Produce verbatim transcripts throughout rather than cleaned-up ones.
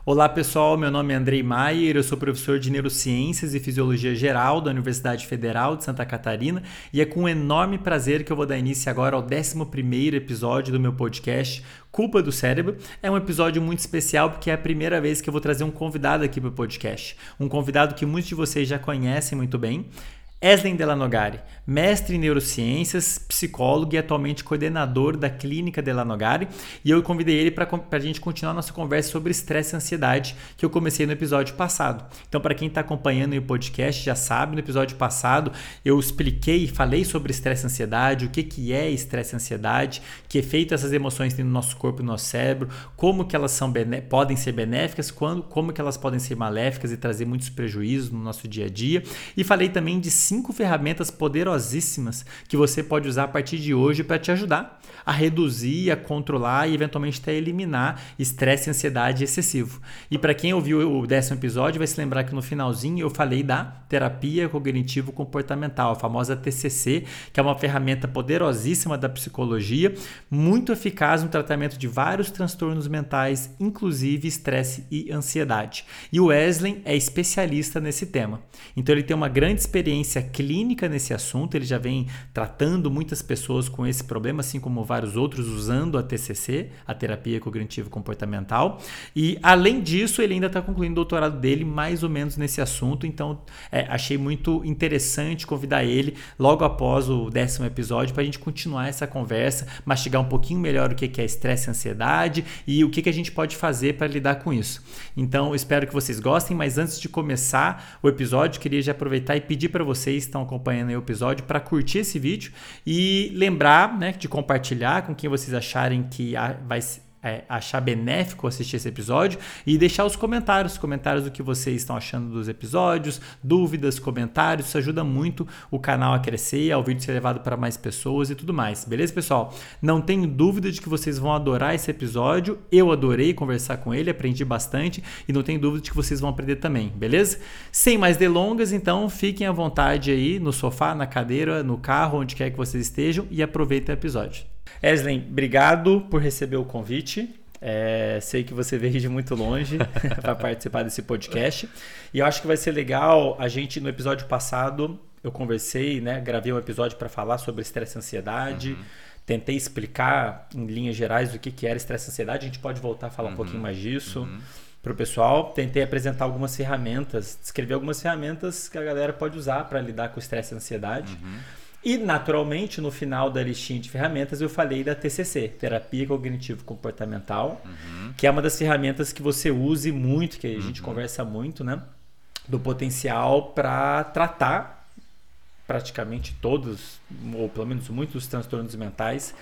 Olá pessoal, meu nome é Andrei Maier, eu sou professor de Neurociências e Fisiologia Geral da Universidade Federal de Santa Catarina e é com um enorme prazer que eu vou dar início agora ao décimo primeiro episódio do meu podcast Culpa do Cérebro. É um episódio muito especial porque é a primeira vez que eu vou trazer um convidado aqui para o podcast, um convidado que muitos de vocês já conhecem muito bem. Eslen Delanogari, mestre em neurociências, psicólogo e atualmente coordenador da Clínica Delanogari, e eu convidei ele para a gente continuar nossa conversa sobre estresse e ansiedade que eu comecei no episódio passado. Então, para quem está acompanhando o podcast já sabe, no episódio passado eu expliquei e falei sobre estresse e ansiedade, o que, que é estresse e ansiedade, que efeito essas emoções têm no nosso corpo e no nosso cérebro, como que elas são bené- podem ser benéficas, quando, como que elas podem ser maléficas e trazer muitos prejuízos no nosso dia a dia, e falei também de cinco ferramentas poderosíssimas que você pode usar a partir de hoje para te ajudar a reduzir, a controlar e eventualmente até eliminar estresse e ansiedade excessivo. E para quem ouviu o décimo episódio vai se lembrar que no finalzinho eu falei da terapia cognitivo-comportamental, a famosa T C C, que é uma ferramenta poderosíssima da psicologia, muito eficaz no tratamento de vários transtornos mentais, inclusive estresse e ansiedade. E o Eslen é especialista nesse tema. Então ele tem uma grande experiência clínica nesse assunto, ele já vem tratando muitas pessoas com esse problema, assim como vários outros usando a T C C, a terapia cognitivo-comportamental, e além disso ele ainda está concluindo o doutorado dele mais ou menos nesse assunto, então é, achei muito interessante convidar ele logo após o décimo episódio para a gente continuar essa conversa, mastigar um pouquinho melhor o que é estresse e ansiedade e o que a gente pode fazer para lidar com isso. Então espero que vocês gostem, mas antes de começar o episódio, queria já aproveitar e pedir para vocês que estão acompanhando aí o episódio para curtir esse vídeo e lembrar, né, de compartilhar com quem vocês acharem que vai É, achar benéfico assistir esse episódio e deixar os comentários, comentários do que vocês estão achando dos episódios, dúvidas, comentários, isso ajuda muito o canal a crescer, ao vídeo ser levado para mais pessoas e tudo mais, beleza pessoal? Não tenho dúvida de que vocês vão adorar esse episódio, eu adorei conversar com ele, aprendi bastante e não tenho dúvida de que vocês vão aprender também, beleza? Sem mais delongas, então fiquem à vontade aí no sofá, na cadeira, no carro, onde quer que vocês estejam e aproveitem o episódio. Eslen, obrigado por receber o convite. É, sei que você veio de muito longe para participar desse podcast. E eu acho que vai ser legal a gente, no episódio passado, eu conversei, né, gravei um episódio para falar sobre estresse e ansiedade. Uhum. Tentei explicar em linhas gerais o que, que era estresse e ansiedade. A gente pode voltar a falar uhum. um pouquinho mais disso. Uhum. Para o pessoal, tentei apresentar algumas ferramentas, descrever algumas ferramentas que a galera pode usar para lidar com estresse e ansiedade. Uhum. E, naturalmente, no final da listinha de ferramentas, eu falei da T C C, Terapia Cognitivo-Comportamental, uhum. que é uma das ferramentas que você use muito, que a gente uhum. conversa muito, né? Do potencial para tratar praticamente todos, ou pelo menos muitos dos transtornos mentais.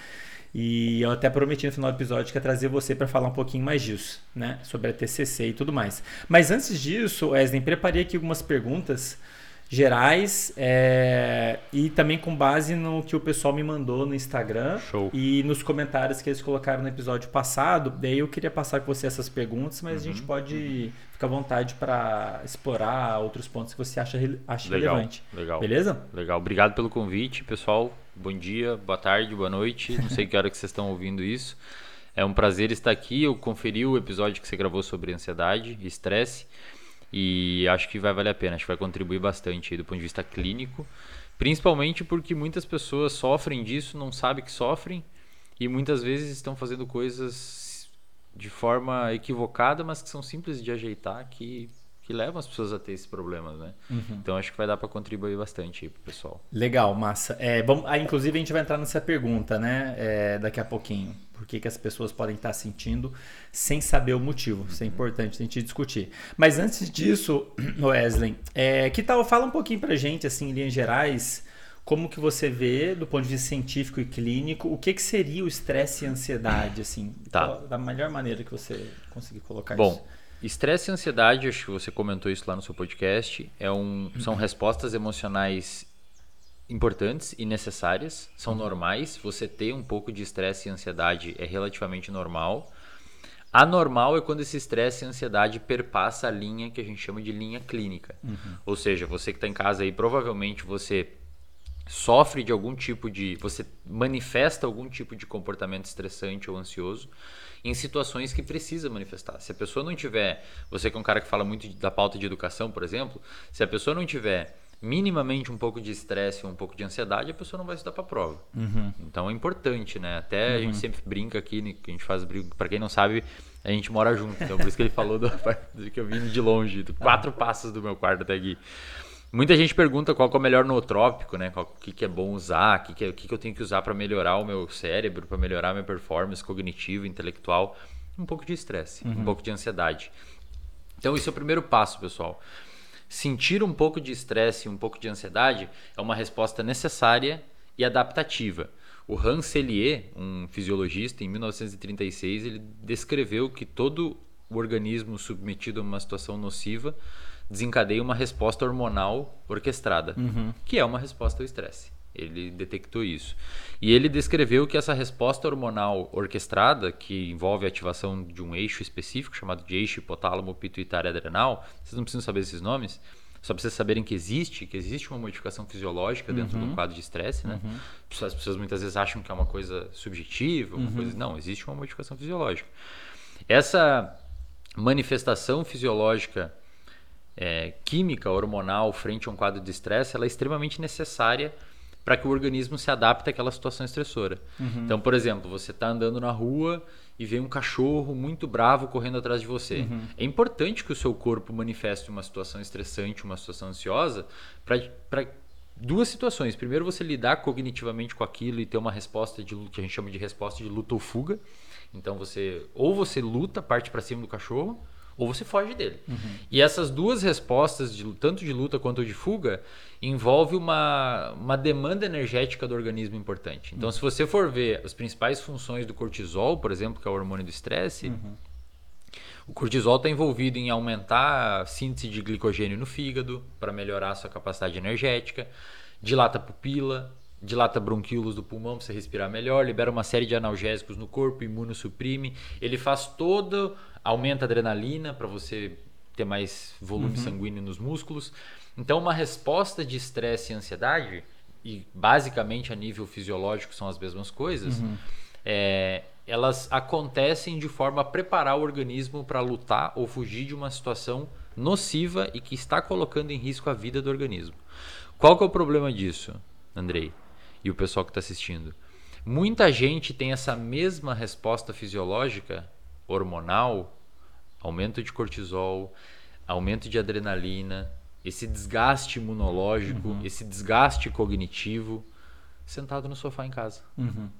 E eu até prometi no final do episódio que ia trazer você para falar um pouquinho mais disso, né? Sobre a T C C e tudo mais. Mas antes disso, Eslen, preparei aqui algumas perguntas gerais é, e também com base no que o pessoal me mandou no Instagram. Show. E nos comentários que eles colocaram no episódio passado. Daí eu queria passar com você essas perguntas, mas uhum, a gente pode uhum. ficar à vontade para explorar outros pontos que você acha, acha legal, relevante. Legal. Beleza? Legal. Obrigado pelo convite, pessoal. Bom dia, boa tarde, boa noite. Não sei que hora que vocês estão ouvindo isso. É um prazer estar aqui. Eu conferi o episódio que você gravou sobre ansiedade e estresse. E acho que vai valer a pena, acho que vai contribuir bastante aí do ponto de vista clínico, principalmente porque muitas pessoas sofrem disso, não sabem que sofrem e muitas vezes estão fazendo coisas de forma equivocada, mas que são simples de ajeitar, que, que levam as pessoas a ter esses problemas, né? Uhum. Então acho que vai dar para contribuir bastante aí pro pessoal. Legal, massa. É, vamos, ah, inclusive a gente vai entrar nessa pergunta, né, é, daqui a pouquinho. Por que, que as pessoas podem estar sentindo sem saber o motivo. Isso é importante a gente discutir. Mas antes disso, Eslen, é, que tal? Fala um pouquinho pra gente, assim, em linhas gerais, como que você vê, do ponto de vista científico e clínico, o que, que seria o estresse e a ansiedade, assim, tá. da melhor maneira que você conseguir colocar Bom, isso. Bom, estresse e ansiedade, acho que você comentou isso lá no seu podcast, é um, são respostas emocionais importantes e necessárias, são uhum. normais. Você ter um pouco de estresse e ansiedade é relativamente normal. Anormal é quando esse estresse e ansiedade perpassa a linha que a gente chama de linha clínica. Uhum. Ou seja, você que está em casa aí, provavelmente você sofre de algum tipo de... Você manifesta algum tipo de comportamento estressante ou ansioso em situações que precisa manifestar. Se a pessoa não tiver... Você que é um cara que fala muito da pauta de educação, por exemplo, se a pessoa não tiver minimamente um pouco de estresse ou um pouco de ansiedade, a pessoa não vai estudar para a prova. Uhum. Então é importante, né? Até uhum. a gente sempre brinca aqui, né, que a gente faz brinco. Para quem não sabe, a gente mora junto. Então por isso que ele falou do, do que eu vim de longe, do quatro passos do meu quarto até aqui. Muita gente pergunta qual que é o melhor nootrópico, né? O que, que é bom usar, o que, que, é, que, que eu tenho que usar para melhorar o meu cérebro, para melhorar a minha performance cognitiva, intelectual. Um pouco de estresse, uhum. um pouco de ansiedade. Então esse é o primeiro passo, pessoal. Sentir um pouco de estresse e um pouco de ansiedade é uma resposta necessária e adaptativa. O Hans Selye, um fisiologista, em mil novecentos e trinta e seis, ele descreveu que todo o organismo submetido a uma situação nociva desencadeia uma resposta hormonal orquestrada, uhum. que é uma resposta ao estresse. Ele detectou isso. E ele descreveu que essa resposta hormonal orquestrada, que envolve a ativação de um eixo específico, chamado de eixo hipotálamo pituitário adrenal, vocês não precisam saber esses nomes, só para vocês saberem que existe, que existe uma modificação fisiológica dentro uhum. do quadro de estresse, né? Uhum. As pessoas muitas vezes acham que é uma coisa subjetiva, uma uhum. coisa... não, existe uma modificação fisiológica. Essa manifestação fisiológica é, química, hormonal, frente a um quadro de estresse, ela é extremamente necessária para que o organismo se adapte àquela situação estressora. Uhum. Então, por exemplo, você está andando na rua e vê um cachorro muito bravo correndo atrás de você. Uhum. É importante que o seu corpo manifeste uma situação estressante, uma situação ansiosa, para duas situações. Primeiro, você lidar cognitivamente com aquilo e ter uma resposta de que a gente chama de resposta de luta ou fuga. Então, você ou você luta, parte para cima do cachorro, ou você foge dele. Uhum. E essas duas respostas, de, tanto de luta quanto de fuga, envolve uma, uma demanda energética do organismo importante. Então, uhum. se você for ver as principais funções do cortisol, por exemplo, que é o hormônio do estresse, uhum. o cortisol está envolvido em aumentar a síntese de glicogênio no fígado, para melhorar a sua capacidade energética, dilata a pupila, dilata bronquíolos do pulmão para você respirar melhor, libera uma série de analgésicos no corpo, imunossuprime. Ele faz todo... aumenta a adrenalina para você ter mais volume uhum. sanguíneo nos músculos. Então, uma resposta de estresse e ansiedade, e basicamente a nível fisiológico são as mesmas coisas, uhum. é, elas acontecem de forma a preparar o organismo para lutar ou fugir de uma situação nociva e que está colocando em risco a vida do organismo. Qual que é o problema disso, Andrei? E o pessoal que está assistindo? Muita gente tem essa mesma resposta fisiológica hormonal, aumento de cortisol, aumento de adrenalina, esse desgaste imunológico, uhum. esse desgaste cognitivo, sentado no sofá em casa. Uhum.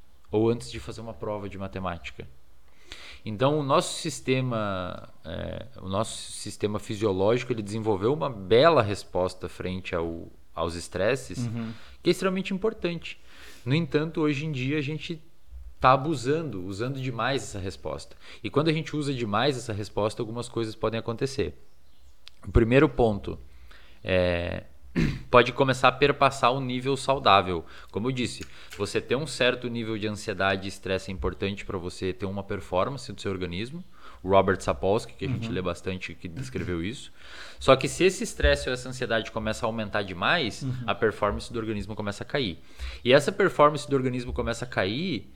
Ou antes de fazer uma prova de matemática. Então, o nosso sistema, é, o nosso sistema fisiológico, ele desenvolveu uma bela resposta frente ao, aos estresses, uhum. que é extremamente importante. No entanto, hoje em dia, a gente está abusando, usando demais essa resposta. E quando a gente usa demais essa resposta, algumas coisas podem acontecer. O primeiro ponto é... pode começar a perpassar o nível saudável. Como eu disse, você ter um certo nível de ansiedade e estresse é importante para você ter uma performance do seu organismo. O Robert Sapolsky, que a gente uhum. lê bastante, que descreveu isso. Só que se esse estresse ou essa ansiedade começa a aumentar demais, uhum. a performance do organismo começa a cair. E essa performance do organismo começa a cair,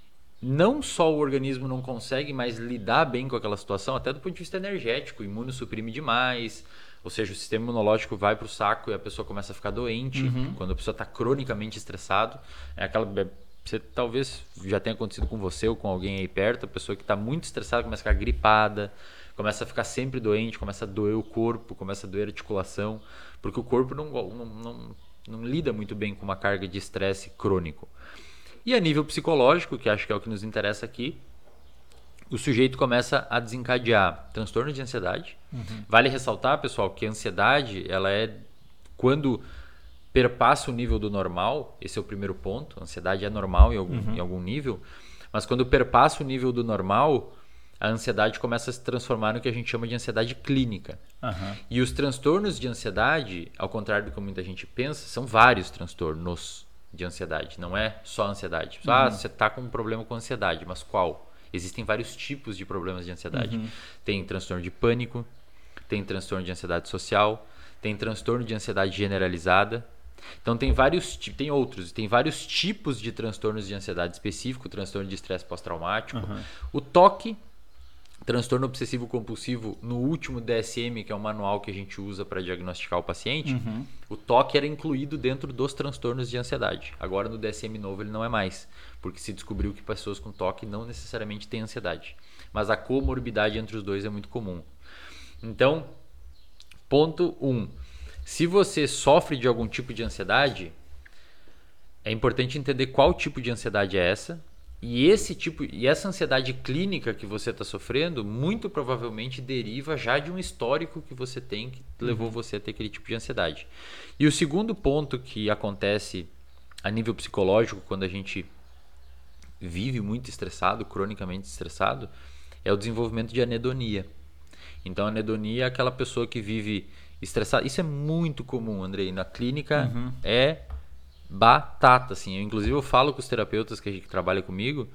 não só o organismo não consegue mais lidar bem com aquela situação, até do ponto de vista energético, o imunossuprime demais, ou seja, o sistema imunológico vai para o saco e a pessoa começa a ficar doente, uhum. quando a pessoa está cronicamente estressado. É aquela... Você talvez já tenha acontecido com você ou com alguém aí perto, a pessoa que está muito estressada começa a ficar gripada, começa a ficar sempre doente, começa a doer o corpo, começa a doer a articulação, porque o corpo não, não, não, não lida muito bem com uma carga de estresse crônico. E a nível psicológico, que acho que é o que nos interessa aqui, o sujeito começa a desencadear transtorno de ansiedade. Uhum. Vale ressaltar, pessoal, que a ansiedade, ela é quando perpassa o nível do normal, esse é o primeiro ponto, a ansiedade é normal em algum, uhum. em algum nível, mas quando perpassa o nível do normal, a ansiedade começa a se transformar no que a gente chama de ansiedade clínica. Uhum. E os transtornos de ansiedade, ao contrário do que muita gente pensa, são vários transtornos de ansiedade, não é só ansiedade. Uhum. Ah, você está com um problema com ansiedade, mas qual? Existem vários tipos de problemas de ansiedade. Uhum. Tem transtorno de pânico, tem transtorno de ansiedade social, tem transtorno de ansiedade generalizada, Então tem vários, tem outros, tem vários tipos de transtornos de ansiedade específico, transtorno de estresse pós-traumático, uhum. o toque, transtorno obsessivo compulsivo, no último D S M, que é o manual que a gente usa para diagnosticar o paciente, uhum. o toque era incluído dentro dos transtornos de ansiedade. Agora no D S M novo ele não é mais, porque se descobriu que pessoas com toque não necessariamente têm ansiedade. Mas a comorbidade entre os dois é muito comum. Então, ponto um. Se você sofre de algum tipo de ansiedade, é importante entender qual tipo de ansiedade é essa. E esse tipo, e essa ansiedade clínica que você está sofrendo, muito provavelmente deriva já de um histórico que você tem que levou você a ter aquele tipo de ansiedade. E o segundo ponto que acontece a nível psicológico, quando a gente vive muito estressado, cronicamente estressado, é o desenvolvimento de anedonia. Então, a anedonia é aquela pessoa que vive estressada. Isso é muito comum, Andrei. Na clínica uhum. é batata, assim. Eu, inclusive, eu falo com os terapeutas que a gente trabalha comigo,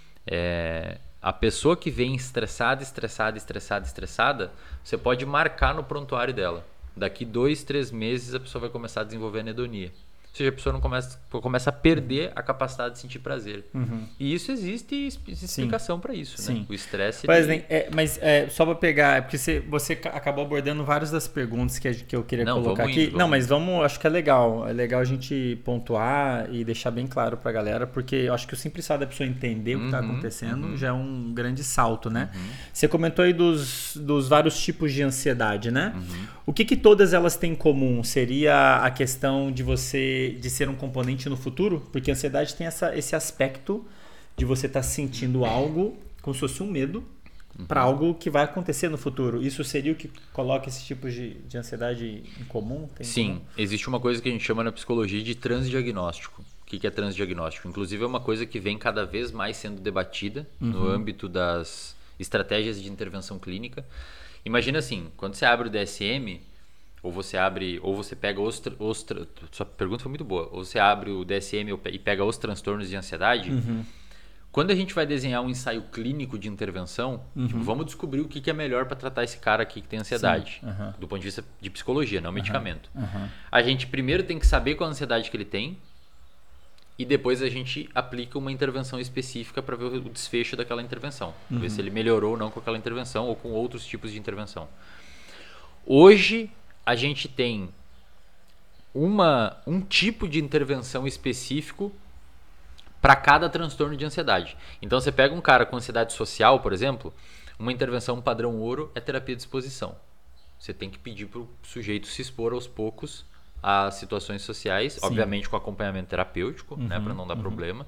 é, a pessoa que vem estressada, estressada, estressada, estressada, você pode marcar no prontuário dela. Daqui dois, três meses a pessoa vai começar a desenvolver anedonia. Ou seja, a pessoa não começa, começa a perder a capacidade de sentir prazer. Uhum. E isso existe, existe explicação para isso. Sim. Né? O estresse... Mas, ele... é, mas é, só para pegar, é porque você, você acabou abordando várias das perguntas que, a, que eu queria não, colocar aqui. Indo, não, mas vamos, acho que é legal. É legal a gente pontuar e deixar bem claro para a galera, porque eu acho que o simples fato da pessoa entender uhum, o que está acontecendo uhum. já é um grande salto, né? Uhum. Você comentou aí dos, dos vários tipos de ansiedade, né? Uhum. O que, que todas elas têm em comum? Seria a questão de você de ser um componente no futuro? Porque a ansiedade tem essa, esse aspecto de você estar tá sentindo algo como se fosse um medo uhum. para algo que vai acontecer no futuro. Isso seria o que coloca esse tipo de, de ansiedade em comum? Tem Sim, comum? Existe uma coisa que a gente chama na psicologia de transdiagnóstico. O que é transdiagnóstico? Inclusive é uma coisa que vem cada vez mais sendo debatida uhum. no âmbito das estratégias de intervenção clínica. Imagina assim, quando você abre o D S M, ou você abre, ou você pega os, os sua pergunta foi muito boa, ou você abre o D S M e pega os transtornos de ansiedade, uhum. quando a gente vai desenhar um ensaio clínico de intervenção, uhum. tipo, vamos descobrir o que é melhor para tratar esse cara aqui que tem ansiedade, uhum. do ponto de vista de psicologia, não uhum. medicamento. Uhum. A gente primeiro tem que saber qual a ansiedade que ele tem, e depois a gente aplica uma intervenção específica para ver o desfecho daquela intervenção, uhum. ver se ele melhorou ou não com aquela intervenção ou com outros tipos de intervenção. Hoje a gente tem uma, um tipo de intervenção específico para cada transtorno de ansiedade. Então, você pega um cara com ansiedade social, por exemplo, uma intervenção padrão ouro é terapia de exposição. Você tem que pedir para o sujeito se expor aos poucos a situações sociais, Sim. obviamente com acompanhamento terapêutico, uhum, né, para não dar uhum. problema,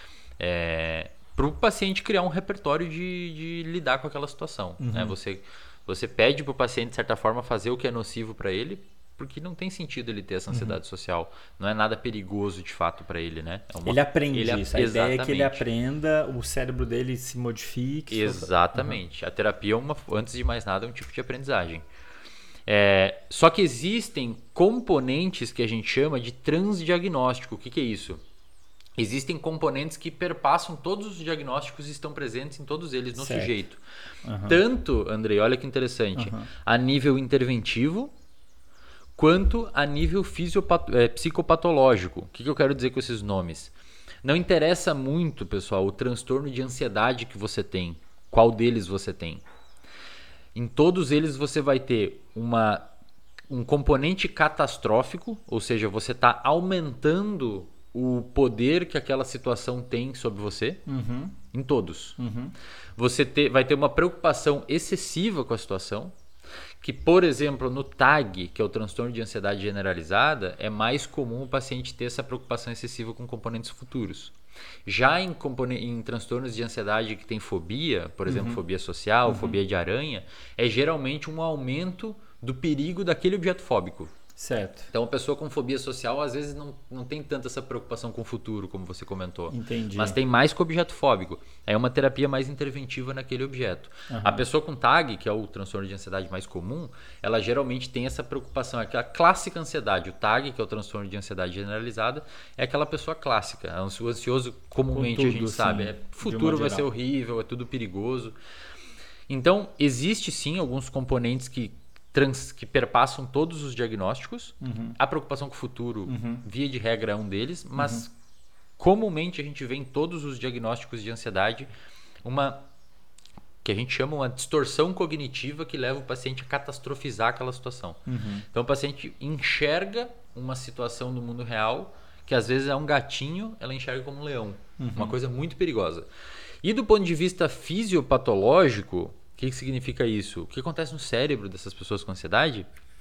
é, para o paciente criar um repertório de, de lidar com aquela situação. Uhum. Né? Você... Você pede para o paciente, de certa forma, fazer o que é nocivo para ele, porque não tem sentido ele ter essa ansiedade uhum. social. Não é nada perigoso, de fato, para ele, né? É uma... Ele aprende ele... isso. A Exatamente. Ideia é que ele aprenda, o cérebro dele se modifique. Exatamente. Uhum. A terapia, é uma, antes de mais nada, é um tipo de aprendizagem. É... Só que existem componentes que a gente chama de transdiagnóstico. O que, que é isso? Existem componentes que perpassam todos os diagnósticos e estão presentes em todos eles no certo. Sujeito. Uhum. Tanto, Andrei, olha que interessante, uhum. a nível interventivo, quanto a nível fisiopat- é, psicopatológico. O que, que eu quero dizer com esses nomes? Não interessa muito, pessoal, o transtorno de ansiedade que você tem, qual deles você tem. Em todos eles você vai ter uma, um componente catastrófico, ou seja, você está aumentando o poder que aquela situação tem sobre você, uhum. em todos. Uhum. Você ter, vai ter uma preocupação excessiva com a situação, que, por exemplo, no T A G, que é o transtorno de ansiedade generalizada, é mais comum o paciente ter essa preocupação excessiva com componentes futuros. Já em, compone- em transtornos de ansiedade que tem fobia, por exemplo, uhum. fobia social, uhum. fobia de aranha, é geralmente um aumento do perigo daquele objeto fóbico. Certo. Então, a pessoa com fobia social, às vezes, não, não tem tanta essa preocupação com o futuro, como você comentou. Entendi. Mas tem mais com o objeto fóbico. É uma terapia mais interventiva naquele objeto. Uhum. A pessoa com T A G, que é o transtorno de ansiedade mais comum, ela geralmente tem essa preocupação. Aquela clássica ansiedade. O T A G, que é o transtorno de ansiedade generalizada, é aquela pessoa clássica. O ansioso, comumente, tudo, a gente sabe. É, futuro vai ser horrível, é tudo perigoso. Então, existe sim alguns componentes que trans, que perpassam todos os diagnósticos. Uhum. A preocupação com o futuro, Uhum. via de regra, é um deles, mas Uhum. comumente a gente vê em todos os diagnósticos de ansiedade uma que a gente chama uma distorção cognitiva que leva o paciente a catastrofizar aquela situação. Uhum. Então o paciente enxerga uma situação no mundo real que às vezes é um gatinho, ela enxerga como um leão. Uhum. Uma coisa muito perigosa. E do ponto de vista fisiopatológico, o que, que significa isso? O que acontece no cérebro dessas pessoas com ansiedade?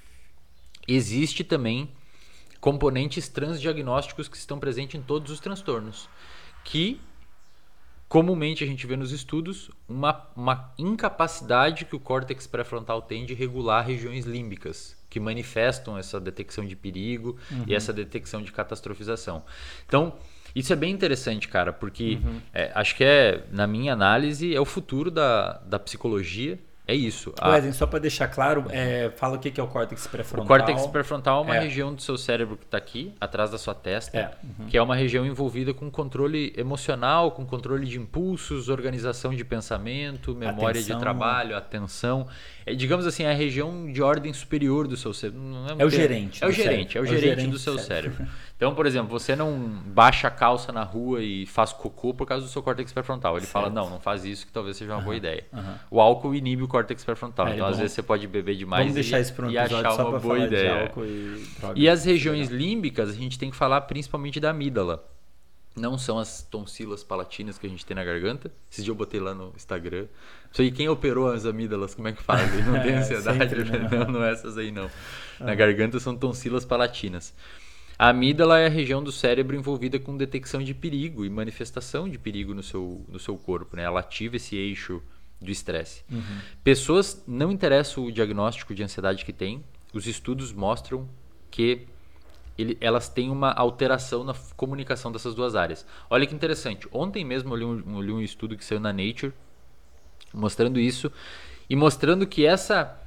Existe também componentes transdiagnósticos que estão presentes em todos os transtornos, que comumente a gente vê nos estudos uma, uma incapacidade que o córtex pré-frontal tem de regular regiões límbicas, que manifestam essa detecção de perigo uhum. e essa detecção de catastrofização. Então, isso é bem interessante, cara, porque uhum. é, acho que é, na minha análise, é o futuro da, da psicologia. É isso. Wesley, a... só para deixar claro, é, fala o que é o córtex pré-frontal. O córtex pré-frontal é uma é. região do seu cérebro que está aqui, atrás da sua testa, é. uhum. que é uma região envolvida com controle emocional, com controle de impulsos, organização de pensamento, memória atenção. de trabalho, atenção. É, digamos assim, é a região de ordem superior do seu cérebro. Não é, é o gerente. É o gerente, cérebro. é o gerente, é o gerente do seu cérebro. cérebro. Então, por exemplo, você não baixa a calça na rua e faz cocô por causa do seu córtex pré-frontal. Ele certo. fala, não, não faz isso que talvez seja uma uhum. boa ideia. Uhum. O álcool inibe o córtex pré-frontal. É, então, bom. às vezes, você pode beber demais Vamos deixar e, isso para um e episódio achar só uma pra boa falar ideia. De álcool e, e as regiões límbicas, a gente tem que falar principalmente da amígdala. Não são as tonsilas palatinas que a gente tem na garganta. Esses dias eu botei lá no Instagram. Isso aí, quem operou as amígdalas, como é que faz? Não tem ansiedade? Sempre, né? Não, não é essas aí não. Na ah. garganta são tonsilas palatinas. A amígdala é a região do cérebro envolvida com detecção de perigo e manifestação de perigo no seu, no seu corpo, né? Ela ativa esse eixo do estresse. Uhum. Pessoas, não interessa o diagnóstico de ansiedade que tem, os estudos mostram que ele, elas têm uma alteração na comunicação dessas duas áreas. Olha que interessante, ontem mesmo eu li um, eu li um estudo que saiu na Nature mostrando isso e mostrando que essa...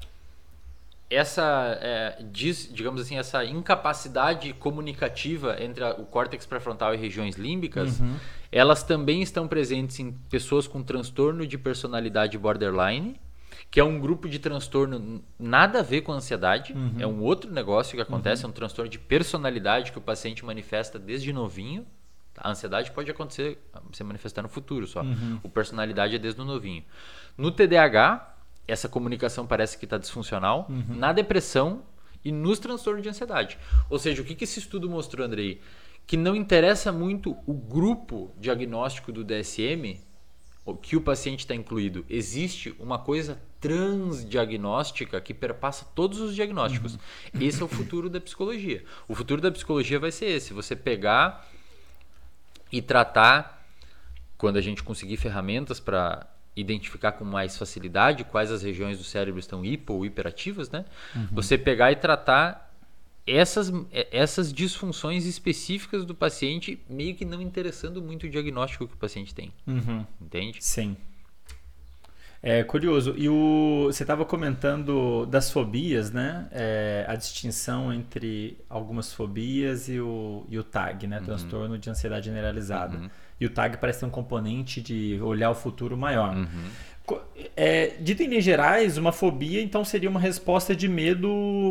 essa, é, diz, digamos assim, essa incapacidade comunicativa entre a, o córtex pré-frontal e regiões límbicas, uhum. elas também estão presentes em pessoas com transtorno de personalidade borderline, que é um grupo de transtorno nada a ver com ansiedade, uhum. é um outro negócio que acontece, uhum. é um transtorno de personalidade que o paciente manifesta desde novinho. A ansiedade pode acontecer, se manifestar no futuro só. Uhum. O personalidade é desde o novinho. No T D A H, essa comunicação parece que está disfuncional, uhum. na depressão e nos transtornos de ansiedade. Ou seja, o que, que esse estudo mostrou, Andrei? Que não interessa muito o grupo diagnóstico do D S M, que o paciente está incluído. Existe uma coisa transdiagnóstica que perpassa todos os diagnósticos. Uhum. Esse é o futuro da psicologia. O futuro da psicologia vai ser esse. Você pegar e tratar, quando a gente conseguir ferramentas para identificar com mais facilidade quais as regiões do cérebro estão hipo ou hiperativas, né? Uhum. Você pegar e tratar essas, essas disfunções específicas do paciente, meio que não interessando muito o diagnóstico que o paciente tem. Uhum. Entende? Sim. É curioso. E o, você estava comentando das fobias, né? É, a distinção entre algumas fobias e o, e o T A G, né? Uhum. Transtorno de ansiedade generalizada. Uhum. E o T A G parece ter um componente de olhar o futuro maior. Uhum. É, dito em linhas gerais, uma fobia, então, seria uma resposta de medo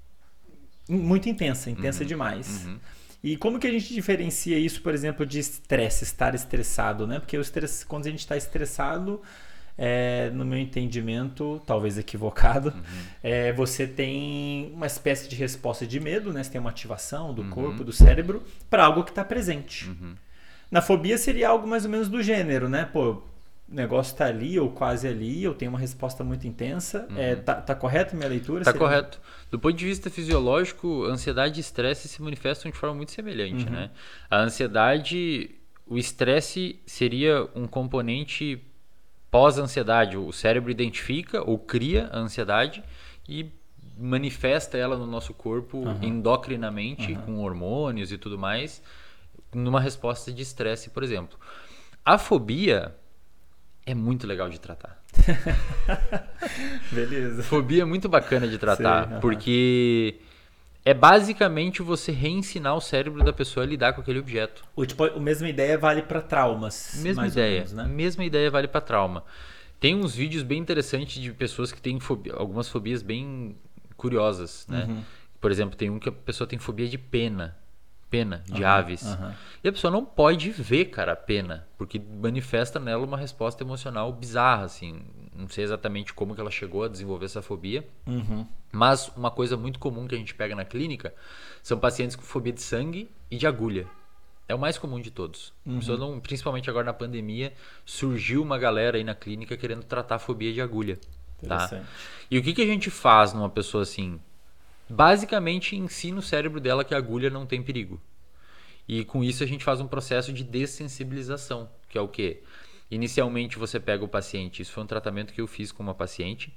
muito intensa, intensa uhum. demais. Uhum. E como que a gente diferencia isso, por exemplo, de estresse, estar estressado, né? Porque o estresse, quando a gente está estressado, é, no meu entendimento, talvez equivocado, uhum. é, você tem uma espécie de resposta de medo, né? Você tem uma ativação do uhum. corpo, do cérebro, para algo que está presente. Uhum. Na fobia seria algo mais ou menos do gênero, né? Pô, o negócio tá ali ou quase ali, eu tenho uma resposta muito intensa. Uhum. É, tá, tá correto a minha leitura? Tá seria... correto. Do ponto de vista fisiológico, ansiedade e estresse se manifestam de forma muito semelhante, uhum. né? A ansiedade, o estresse seria um componente pós-ansiedade. O cérebro identifica ou cria a ansiedade e manifesta ela no nosso corpo uhum. endocrinamente, uhum. com hormônios e tudo mais, numa resposta de estresse, por exemplo. A fobia é muito legal de tratar. Beleza. Fobia é muito bacana de tratar, Sei, uh-huh. porque é basicamente você reensinar o cérebro da pessoa a lidar com aquele objeto. O, tipo, a mesma ideia vale para traumas. Mesma mais ideia. Ou menos, né? Mesma ideia vale para trauma. Tem uns vídeos bem interessantes de pessoas que têm fobia, algumas fobias bem curiosas, né? Uhum. Por exemplo, tem um que a pessoa tem fobia de pena. Pena, de Uhum, aves. uhum. E a pessoa não pode ver, cara, a pena, porque manifesta nela uma resposta emocional bizarra, assim. Não sei exatamente como que ela chegou a desenvolver essa fobia, Uhum. mas uma coisa muito comum que a gente pega na clínica são pacientes com fobia de sangue e de agulha. É o mais comum de todos. Uhum. A pessoa não, principalmente agora na pandemia, surgiu uma galera aí na clínica querendo tratar a fobia de agulha. Tá? Interessante. E o que, que a gente faz numa pessoa assim? Basicamente ensina o cérebro dela que a agulha não tem perigo. E com isso a gente faz um processo de dessensibilização, que é o quê? Inicialmente você pega o paciente, isso foi um tratamento que eu fiz com uma paciente,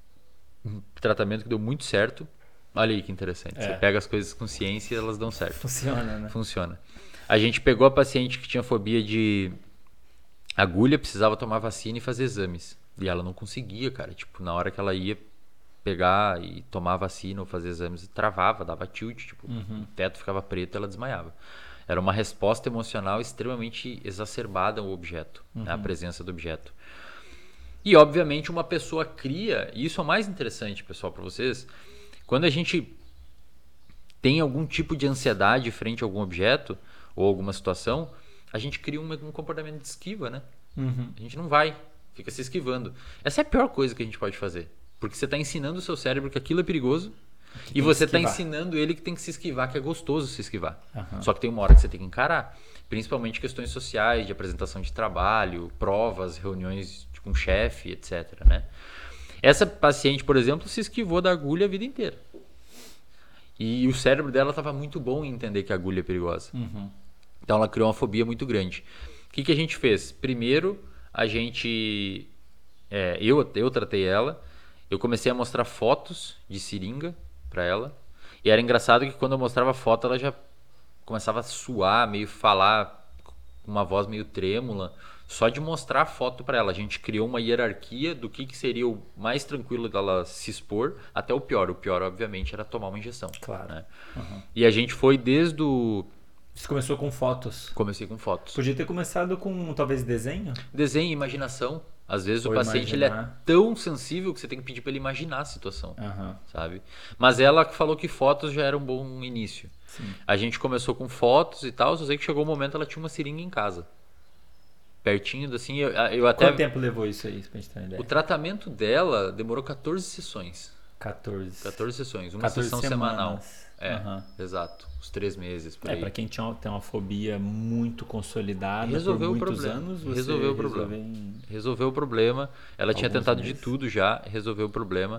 um tratamento que deu muito certo. Olha aí que interessante, É. você pega as coisas com ciência e elas dão certo. Funciona, né? Funciona. A gente pegou a paciente que tinha fobia de agulha, precisava tomar vacina e fazer exames. E ela não conseguia, cara. Tipo, na hora que ela ia pegar e tomar vacina ou fazer exames, travava, dava tilt, tipo, Uhum. o teto ficava preto e ela desmaiava. Era uma resposta emocional extremamente exacerbada ao objeto, Uhum. né, a presença do objeto. E, obviamente, uma pessoa cria, e isso é o mais interessante, pessoal, para vocês, quando a gente tem algum tipo de ansiedade frente a algum objeto ou alguma situação, a gente cria um, um comportamento de esquiva, né? Uhum. A gente não vai, fica se esquivando. Essa é a pior coisa que a gente pode fazer. Porque você está ensinando o seu cérebro que aquilo é perigoso e você está ensinando ele que tem que se esquivar, que é gostoso se esquivar. Uhum. Só que tem uma hora que você tem que encarar. Principalmente questões sociais, de apresentação de trabalho, provas, reuniões com o chefe, etcétera. Né? Essa paciente, por exemplo, se esquivou da agulha a vida inteira. E o cérebro dela estava muito bom em entender que a agulha é perigosa. Uhum. Então ela criou uma fobia muito grande. O que, que a gente fez? Primeiro, a gente... É, eu, eu tratei ela. Eu comecei a mostrar fotos de seringa para ela. E era engraçado que quando eu mostrava foto, ela já começava a suar, meio falar com uma voz meio trêmula. Só de mostrar a foto para ela. A gente criou uma hierarquia do que, que seria o mais tranquilo dela se expor até o pior. O pior, obviamente, era tomar uma injeção. Claro. Né? Uhum. E a gente foi desde o... Você começou com fotos. Comecei com fotos. Podia ter começado com, talvez, desenho? Desenho e imaginação. Às vezes Ou o paciente ele é imaginar. tão sensível que você tem que pedir para ele imaginar a situação, Uhum. sabe? Mas ela falou que fotos já era um bom início. Sim. A gente começou com fotos e tal, só sei que chegou o momento ela tinha uma seringa em casa. Pertinho, assim, eu, eu até... Quanto tempo levou isso aí, pra gente ter uma ideia? O tratamento dela demorou quatorze sessões. quatorze. quatorze sessões, uma quatorze sessão semanas. semanal. É, Uhum. exato. Uns três meses, por É, aí. pra quem tinha, tem uma fobia muito consolidada Resolveu por o muitos problema. anos, você Resolveu o problema. resolve em... Resolveu o problema. Ela tinha Alguns tentado de meses. tudo já, resolveu o problema.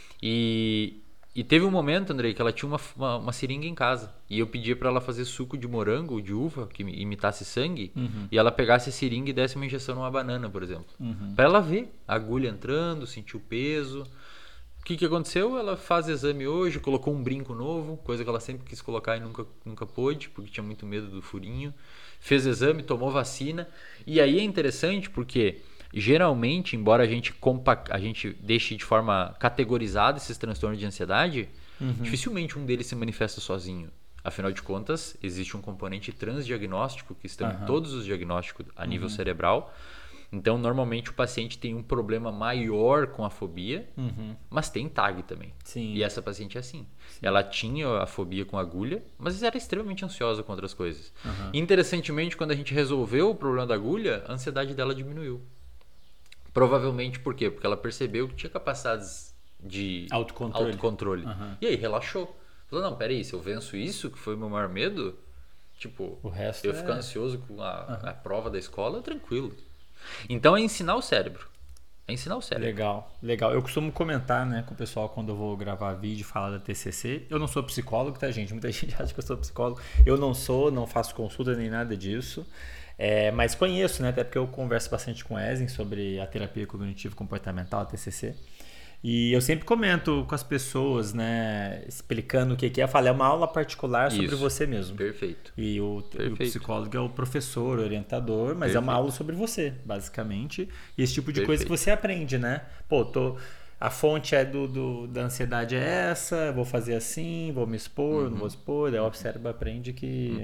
E, e teve um momento, Andrei, que ela tinha uma, uma, uma seringa em casa. E eu pedia pra ela fazer suco de morango ou de uva, que imitasse sangue, Uhum. e ela pegasse a seringa e desse uma injeção numa banana, por exemplo. Uhum. Pra ela ver a agulha entrando, sentir o peso. O que, que aconteceu? Ela faz exame hoje, colocou um brinco novo, coisa que ela sempre quis colocar e nunca, nunca pôde, porque tinha muito medo do furinho. Fez exame, tomou vacina. E aí é interessante porque, geralmente, embora a gente, compa- a gente deixe de forma categorizada esses transtornos de ansiedade, Uhum. dificilmente um deles se manifesta sozinho. Afinal de contas, existe um componente transdiagnóstico que estão Aham. em todos os diagnósticos a nível cerebral. Então, normalmente, o paciente tem um problema maior com a fobia, Uhum. mas tem tag também. Sim. E essa paciente é assim. Ela tinha a fobia com agulha, mas era extremamente ansiosa com outras coisas. Uhum. Interessantemente, quando a gente resolveu o problema da agulha, a ansiedade dela diminuiu. Provavelmente por quê? Porque ela percebeu que tinha capacidades de Autocontrole. autocontrole. Uhum. E aí relaxou. Falou, não, peraí, se eu venço isso, que foi o meu maior medo, tipo, O resto eu é- ficar ansioso com a, a prova da escola, tranquilo. Então é ensinar o cérebro. É ensinar o cérebro. Legal, legal. Eu costumo comentar, né, com o pessoal quando eu vou gravar vídeo e falar da T C C. Eu não sou psicólogo, tá, gente? Muita gente acha que eu sou psicólogo. Eu não sou, não faço consulta nem nada disso. É, mas conheço, né? Até porque eu converso bastante com o Ezen sobre a terapia cognitivo-comportamental, a T C C. E eu sempre comento com as pessoas, né, explicando o que é. Eu falo, é uma aula particular sobre Isso. você mesmo. Perfeito. E o, o Perfeito. psicólogo é o professor, o orientador, mas é uma Perfeito. aula sobre você, basicamente. E esse tipo de coisa que Perfeito. você aprende, né? Pô, tô, a fonte é do, do, da ansiedade é essa, vou fazer assim, vou me expor, Uhum. não vou expor. Daí o cérebro aprende que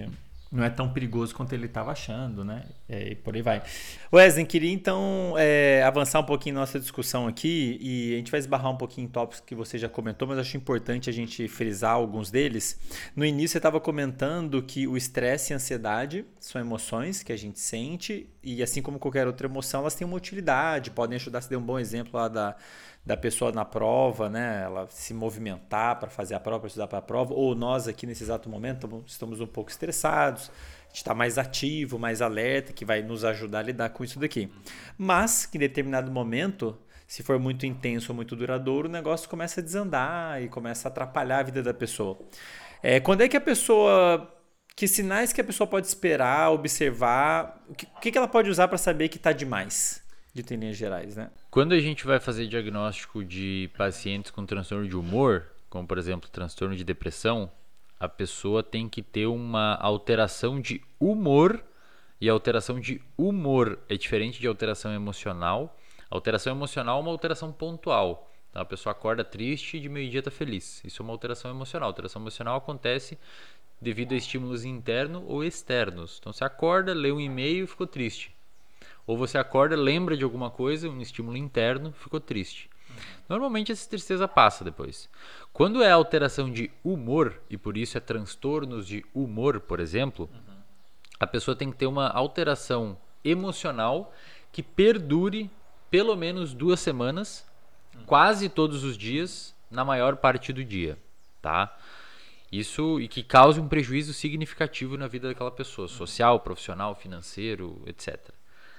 não é tão perigoso quanto ele estava achando, né? É, e por aí vai. Wesley, queria então é, avançar um pouquinho nossa discussão aqui e a gente vai esbarrar um pouquinho em tópicos que você já comentou, mas acho importante a gente frisar alguns deles. No início você estava comentando que o estresse e a ansiedade são emoções que a gente sente e assim como qualquer outra emoção, elas têm uma utilidade, podem ajudar. Você deu um bom exemplo lá da da pessoa na prova, né? Ela se movimentar para fazer a prova, para estudar para a prova, ou nós aqui nesse exato momento estamos um pouco estressados, a gente está mais ativo, mais alerta, que vai nos ajudar a lidar com isso daqui. Mas que em determinado momento, se for muito intenso ou muito duradouro, o negócio começa a desandar e começa a atrapalhar a vida da pessoa. É, quando é que a pessoa... Que sinais que a pessoa pode esperar, observar? O que, o que ela pode usar para saber que está demais? De linhas gerais, né? Quando a gente vai fazer diagnóstico de pacientes com transtorno de humor, como por exemplo transtorno de depressão, a pessoa tem que ter uma alteração de humor, e a alteração de humor é diferente de alteração emocional. A alteração emocional é uma alteração pontual. Então, a pessoa acorda triste e de meio-dia está feliz. Isso é uma alteração emocional. A alteração emocional acontece devido a estímulos internos ou externos. Então você acorda, lê um e-mail e ficou triste. Ou você acorda, lembra de alguma coisa, um estímulo interno, ficou triste. Normalmente essa tristeza passa depois. Quando é alteração de humor, e por isso é transtornos de humor, por exemplo, uhum. a pessoa tem que ter uma alteração emocional que perdure pelo menos duas semanas, uhum. quase todos os dias, na maior parte do dia, tá? Isso, e que cause um prejuízo significativo na vida daquela pessoa, social, profissional, financeiro, etcétera.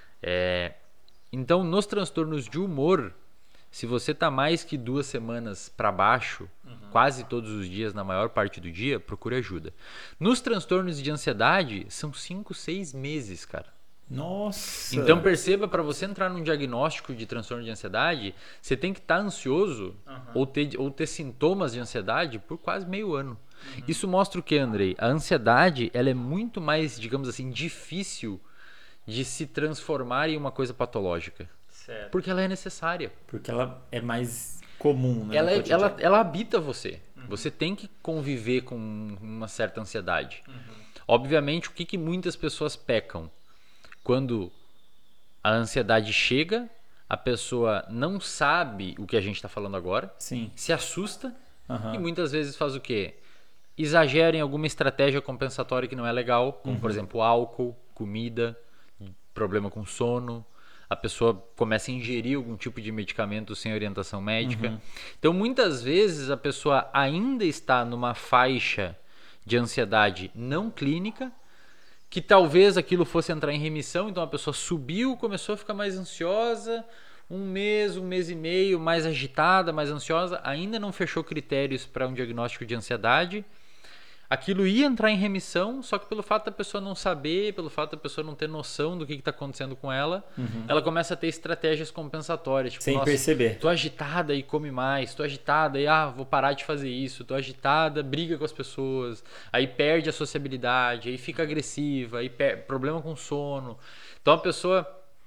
É, então, nos transtornos de humor, se você está mais que duas semanas para baixo, uhum. quase todos os dias, na maior parte do dia, procure ajuda. Nos transtornos de ansiedade, são cinco, seis meses, cara. Nossa! Então perceba, para você entrar num diagnóstico de transtorno de ansiedade, você tem que estar tá ansioso uhum. ou, ter, ou ter sintomas de ansiedade por quase meio ano. Uhum. Isso mostra o que, Andrei? A ansiedade ela é muito mais, digamos assim, difícil de se transformar em uma coisa patológica. Certo. Porque ela é necessária. Porque ela é mais comum, né? Ela, é, ela, ela habita você. Uhum. Você tem que conviver com uma certa ansiedade. Uhum. Obviamente, o que, que muitas pessoas pecam? Quando a ansiedade chega, a pessoa não sabe o que a gente está falando agora, Sim. se assusta uhum. e muitas vezes faz o quê? Exagera em alguma estratégia compensatória que não é legal, como uhum. por exemplo álcool, comida, problema com sono. A pessoa começa a ingerir algum tipo de medicamento sem orientação médica. Uhum. Então, muitas vezes, a pessoa ainda está numa faixa de ansiedade não clínica, que talvez aquilo fosse entrar em remissão, então a pessoa subiu, começou a ficar mais ansiosa, um mês, um mês e meio, mais agitada, mais ansiosa, ainda não fechou critérios para um diagnóstico de ansiedade. Aquilo ia entrar em remissão, só que pelo fato da pessoa não saber, pelo fato da pessoa não ter noção do que está acontecendo com ela, uhum. ela começa a ter estratégias compensatórias. Tipo, sem perceber. Tô agitada e come mais, tô agitada e ah, vou parar de fazer isso, tô agitada, briga com as pessoas, aí perde a sociabilidade, aí fica agressiva, aí per... problema com sono. Então a pessoa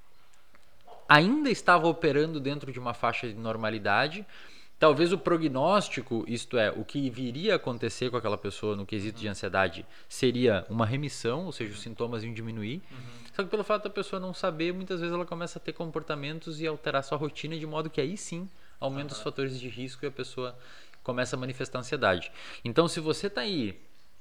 ainda estava operando dentro de uma faixa de normalidade. Talvez o prognóstico, isto é, o que viria a acontecer com aquela pessoa no quesito de ansiedade, seria uma remissão, ou seja, os sintomas iam diminuir. Uhum. Só que pelo fato da pessoa não saber, muitas vezes ela começa a ter comportamentos e alterar sua rotina, de modo que aí sim aumenta uhum. os fatores de risco e a pessoa começa a manifestar ansiedade. Então, se você está aí,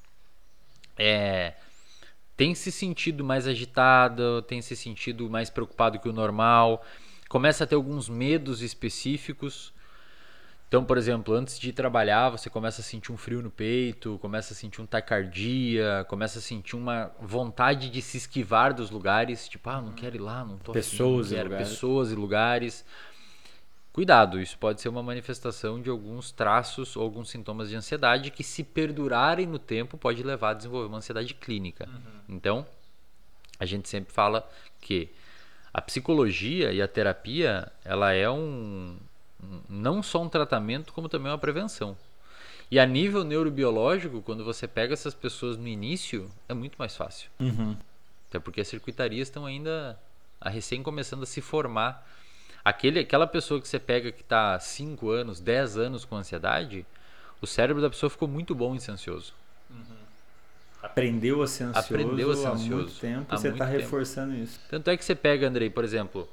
é, tem se sentido mais agitado, tem se sentido mais preocupado que o normal, começa a ter alguns medos específicos. Então, por exemplo, antes de trabalhar, você começa a sentir um frio no peito, começa a sentir um taquicardia, começa a sentir uma vontade de se esquivar dos lugares, tipo, ah, não quero ir lá, não tô pessoas afim, não quero, e lugares. pessoas e lugares. Cuidado, isso pode ser uma manifestação de alguns traços ou alguns sintomas de ansiedade que, se perdurarem no tempo, pode levar a desenvolver uma ansiedade clínica. Uhum. Então, a gente sempre fala que a psicologia e a terapia, ela é um... não só um tratamento, como também uma prevenção. E a nível neurobiológico, quando você pega essas pessoas no início, é muito mais fácil. Uhum. Até porque as circuitarias estão ainda a recém começando a se formar. Aquele, aquela pessoa que você pega que está cinco anos, dez anos com ansiedade, o cérebro da pessoa ficou muito bom em ser ansioso. Uhum. aprendeu a ser ansioso, aprendeu a ser há ansioso muito tempo há e você está muito tempo. reforçando isso. Tanto é que você pega, Andrei, por exemplo,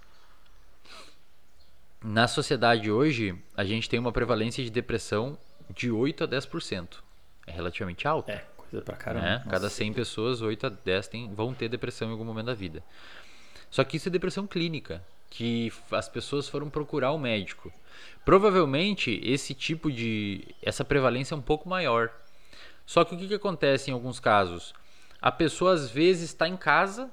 na sociedade hoje, a gente tem uma prevalência de depressão de oito a dez por cento. É relativamente alta. É, coisa pra caramba. Né? Cada cem pessoas, oito a dez tem, vão ter depressão em algum momento da vida. Só que isso é depressão clínica, que as pessoas foram procurar o médico. Provavelmente, esse tipo de... essa prevalência é um pouco maior. Só que o que, que acontece em alguns casos? A pessoa, às vezes, está em casa,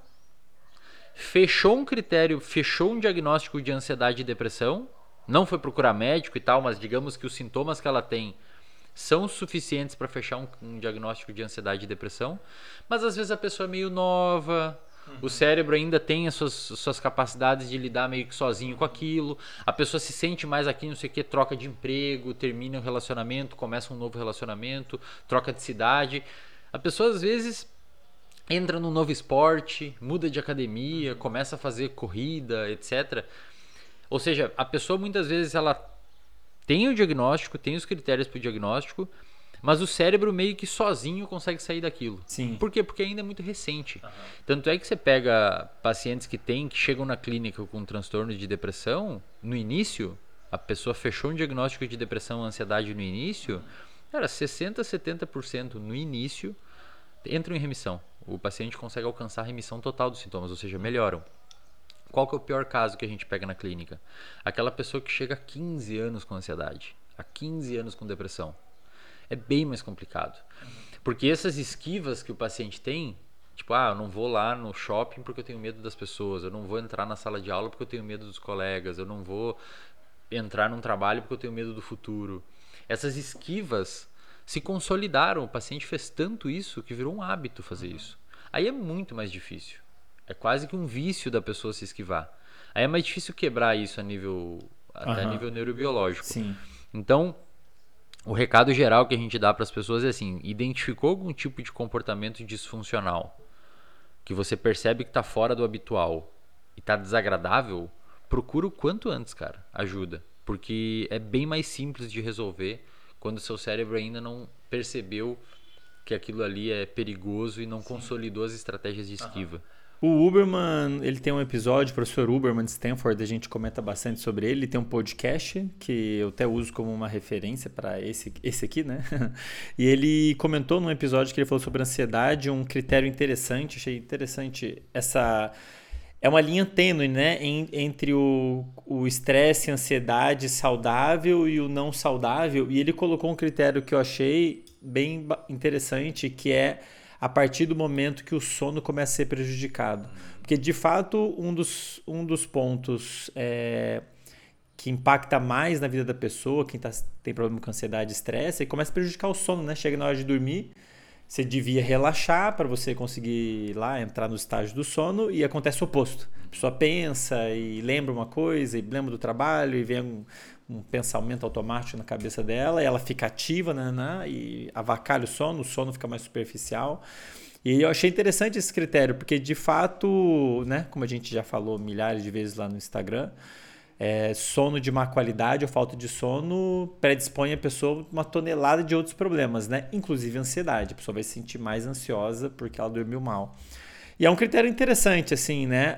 fechou um critério, fechou um diagnóstico de ansiedade e depressão, não foi procurar médico e tal, mas digamos que os sintomas que ela tem são suficientes para fechar um, um diagnóstico de ansiedade e depressão, mas às vezes a pessoa é meio nova, uhum. o cérebro ainda tem as suas, suas capacidades de lidar meio que sozinho com aquilo, a pessoa se sente mais aqui, não sei o que, troca de emprego, termina o relacionamento, começa um novo relacionamento, troca de cidade. A pessoa às vezes entra num novo esporte, muda de academia, começa a fazer corrida, etcétera. Ou seja, a pessoa muitas vezes ela tem o diagnóstico, tem os critérios para o diagnóstico, mas o cérebro meio que sozinho consegue sair daquilo. Sim. Por quê? Porque ainda é muito recente. Uhum. Tanto é que você pega pacientes que têm, que chegam na clínica com transtorno de depressão, no início, a pessoa fechou um diagnóstico de depressão, ansiedade no início, era sessenta, setenta por cento no início entram em remissão. O paciente consegue alcançar a remissão total dos sintomas, ou seja, melhoram. Qual que é o pior caso que a gente pega na clínica? Aquela pessoa que chega a quinze anos com ansiedade, a quinze anos com depressão. É bem mais complicado. Porque essas esquivas que o paciente tem, tipo, ah, eu não vou lá no shopping porque eu tenho medo das pessoas, eu não vou entrar na sala de aula porque eu tenho medo dos colegas, eu não vou entrar num trabalho porque eu tenho medo do futuro. Essas esquivas se consolidaram, o paciente fez tanto isso que virou um hábito fazer isso. Aí é muito mais difícil. É quase que um vício da pessoa se esquivar. Aí é mais difícil quebrar isso a nível, até uhum. a nível neurobiológico. Sim. Então, o recado geral que a gente dá para as pessoas é assim, identificou algum tipo de comportamento disfuncional, que você percebe que está fora do habitual e está desagradável, procura o quanto antes, cara, ajuda. Porque é bem mais simples de resolver quando o seu cérebro ainda não percebeu que aquilo ali é perigoso e não Sim. consolidou as estratégias de esquiva. Uhum. O Huberman, ele tem um episódio, o professor Huberman de Stanford, a gente comenta bastante sobre ele, ele tem um podcast que eu até uso como uma referência para esse, esse aqui, né? E ele comentou num episódio que ele falou sobre ansiedade, um critério interessante, achei interessante essa... É uma linha tênue, né? Entre o, o estresse, a ansiedade saudável e o não saudável, e ele colocou um critério que eu achei bem interessante, que é a partir do momento que o sono começa a ser prejudicado. Porque, de fato, um dos, um dos pontos é, que impacta mais na vida da pessoa, quem tá, tem problema com ansiedade e estresse, é que começa a prejudicar o sono, né? Chega na hora de dormir, você devia relaxar para você conseguir ir lá entrar no estágio do sono e acontece o oposto. A pessoa pensa e lembra uma coisa, e lembra do trabalho, e vem um, um pensamento automático na cabeça dela, e ela fica ativa, né, né, e avacalha o sono, o sono fica mais superficial. E eu achei interessante esse critério, porque de fato, né, como a gente já falou milhares de vezes lá no Instagram, é, sono de má qualidade ou falta de sono predispõe a pessoa a uma tonelada de outros problemas, né? Inclusive ansiedade. A pessoa vai se sentir mais ansiosa porque ela dormiu mal. E é um critério interessante, assim, né?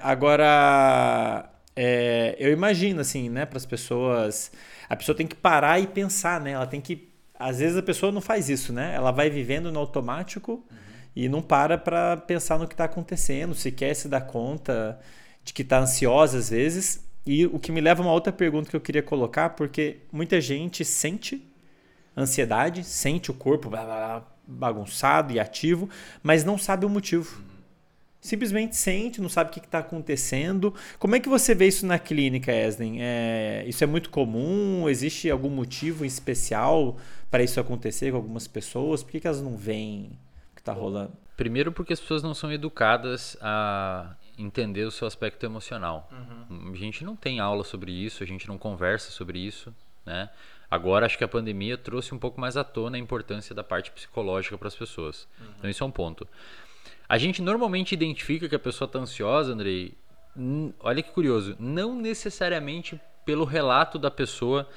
Agora, é, eu imagino, assim, né? Para as pessoas... A pessoa tem que parar e pensar, né? Ela tem que... Às vezes a pessoa não faz isso, né? Ela vai vivendo no automático uhum. e não para para pensar no que está acontecendo, se quer se dar conta de que está ansiosa às vezes... E o que me leva a uma outra pergunta que eu queria colocar, porque muita gente sente ansiedade, sente o corpo bagunçado e ativo, mas não sabe o motivo. Simplesmente sente, não sabe o que está acontecendo. Como é que você vê isso na clínica, Eslen? É, isso é muito comum? Existe algum motivo especial para isso acontecer com algumas pessoas? Por que, que elas não veem o que está rolando? Primeiro porque as pessoas não são educadas a entender o seu aspecto emocional. Uhum. A gente não tem aula sobre isso, a gente não conversa sobre isso, né? Agora acho que a pandemia trouxe um pouco mais à tona a importância da parte psicológica para as pessoas. Uhum. Então isso é um ponto. A gente normalmente identifica que a pessoa está ansiosa, Andrei, olha que curioso, não necessariamente pelo relato da pessoa.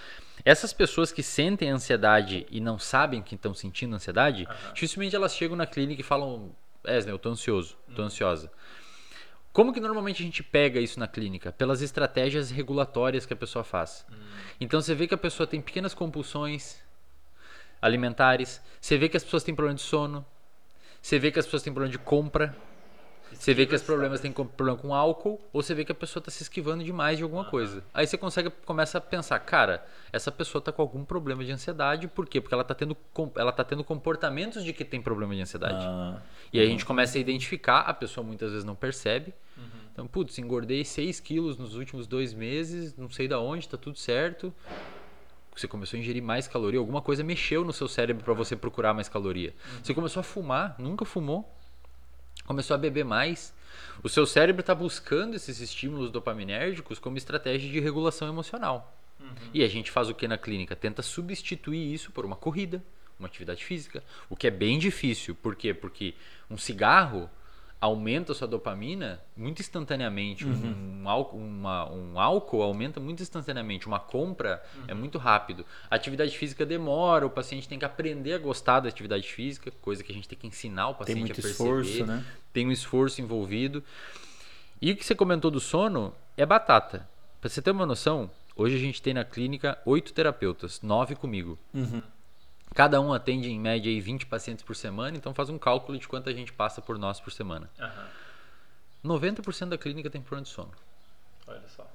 Essas pessoas que sentem ansiedade e não sabem que estão sentindo ansiedade, Aham. dificilmente elas chegam na clínica e falam, Wesley, eu tô ansioso, tô ansiosa. Como que normalmente a gente pega isso na clínica? Pelas estratégias regulatórias que a pessoa faz. Hum. Então você vê que a pessoa tem pequenas compulsões alimentares, você vê que as pessoas têm problema de sono, você vê que as pessoas têm problema de compra, você vê que os problemas têm problema com álcool, ou você vê que a pessoa está se esquivando demais de alguma Aham. coisa. Aí você consegue, começa a pensar, cara, essa pessoa está com algum problema de ansiedade, por quê? Porque ela está tendo, com- ela tá tendo comportamentos de que tem problema de ansiedade. Ah, E aí a gente começa a identificar, a pessoa muitas vezes não percebe. uhum. Então, putz, engordei seis quilos nos últimos dois meses, não sei da onde, tá tudo certo. Você começou a ingerir mais caloria, alguma coisa mexeu no seu cérebro para você procurar mais caloria. Uhum. Você começou a fumar, nunca fumou. Começou a beber mais. O seu cérebro está buscando esses estímulos dopaminérgicos como estratégia de regulação emocional. Uhum. E a gente faz o que na clínica? Tenta substituir isso por uma corrida, uma atividade física, o que é bem difícil. Por quê? Porque um cigarro aumenta a sua dopamina muito instantaneamente. Uhum. Um, álcool, uma, um álcool aumenta muito instantaneamente. Uma compra Uhum. é muito rápido. A atividade física demora, o paciente tem que aprender a gostar da atividade física, coisa que a gente tem que ensinar o Tem paciente muito a perceber. esforço, né? Tem um esforço envolvido. E o que você comentou do sono é batata. Para você ter uma noção, hoje a gente tem na clínica oito terapeutas, nove comigo. Uhum. Cada um atende em média aí vinte pacientes por semana, então faz um cálculo de quanto a gente passa por nós por semana. Aham. noventa por cento da clínica tem problema de sono. Olha só.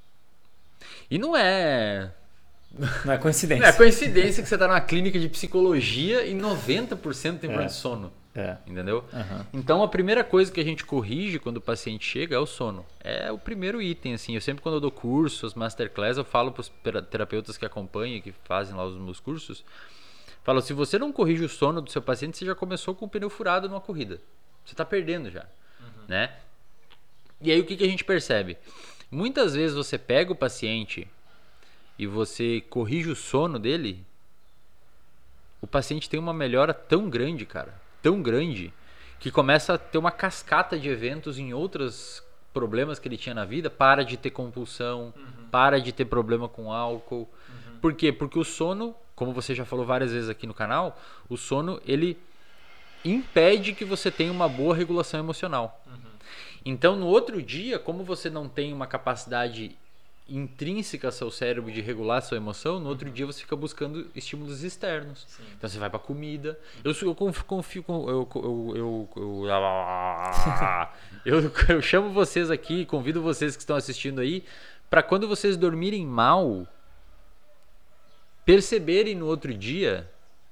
E não é, Não é coincidência. não é coincidência que você está numa clínica de psicologia e noventa por cento tem problema É. de sono. É. Entendeu? Aham. Então a primeira coisa que a gente corrige quando o paciente chega é o sono. É o primeiro item, assim. Eu sempre quando eu dou cursos, masterclass, eu falo para os terapeutas que acompanham, que fazem lá os meus cursos, falo, se você não corrige o sono do seu paciente, você já começou com o pneu furado numa corrida. Você está perdendo já, né? E aí o que, que a gente percebe? Muitas vezes você pega o paciente e você corrige o sono dele, o paciente tem uma melhora tão grande, cara, tão grande, que começa a ter uma cascata de eventos em outros problemas que ele tinha na vida, para de ter compulsão, Uhum. para de ter problema com álcool. Uhum. Por quê? Porque o sono, como você já falou várias vezes aqui no canal, o sono, ele impede que você tenha uma boa regulação emocional. Uhum. Então, no outro dia, como você não tem uma capacidade intrínseca ao seu cérebro de regular a sua emoção, no outro dia você fica buscando estímulos externos. Sim. Então você vai pra comida. Eu sou- eu conf- confio com eu eu eu eu, eu, eu, eu chamo vocês aqui, convido vocês que estão assistindo aí para quando vocês dormirem mal, perceberem no outro dia.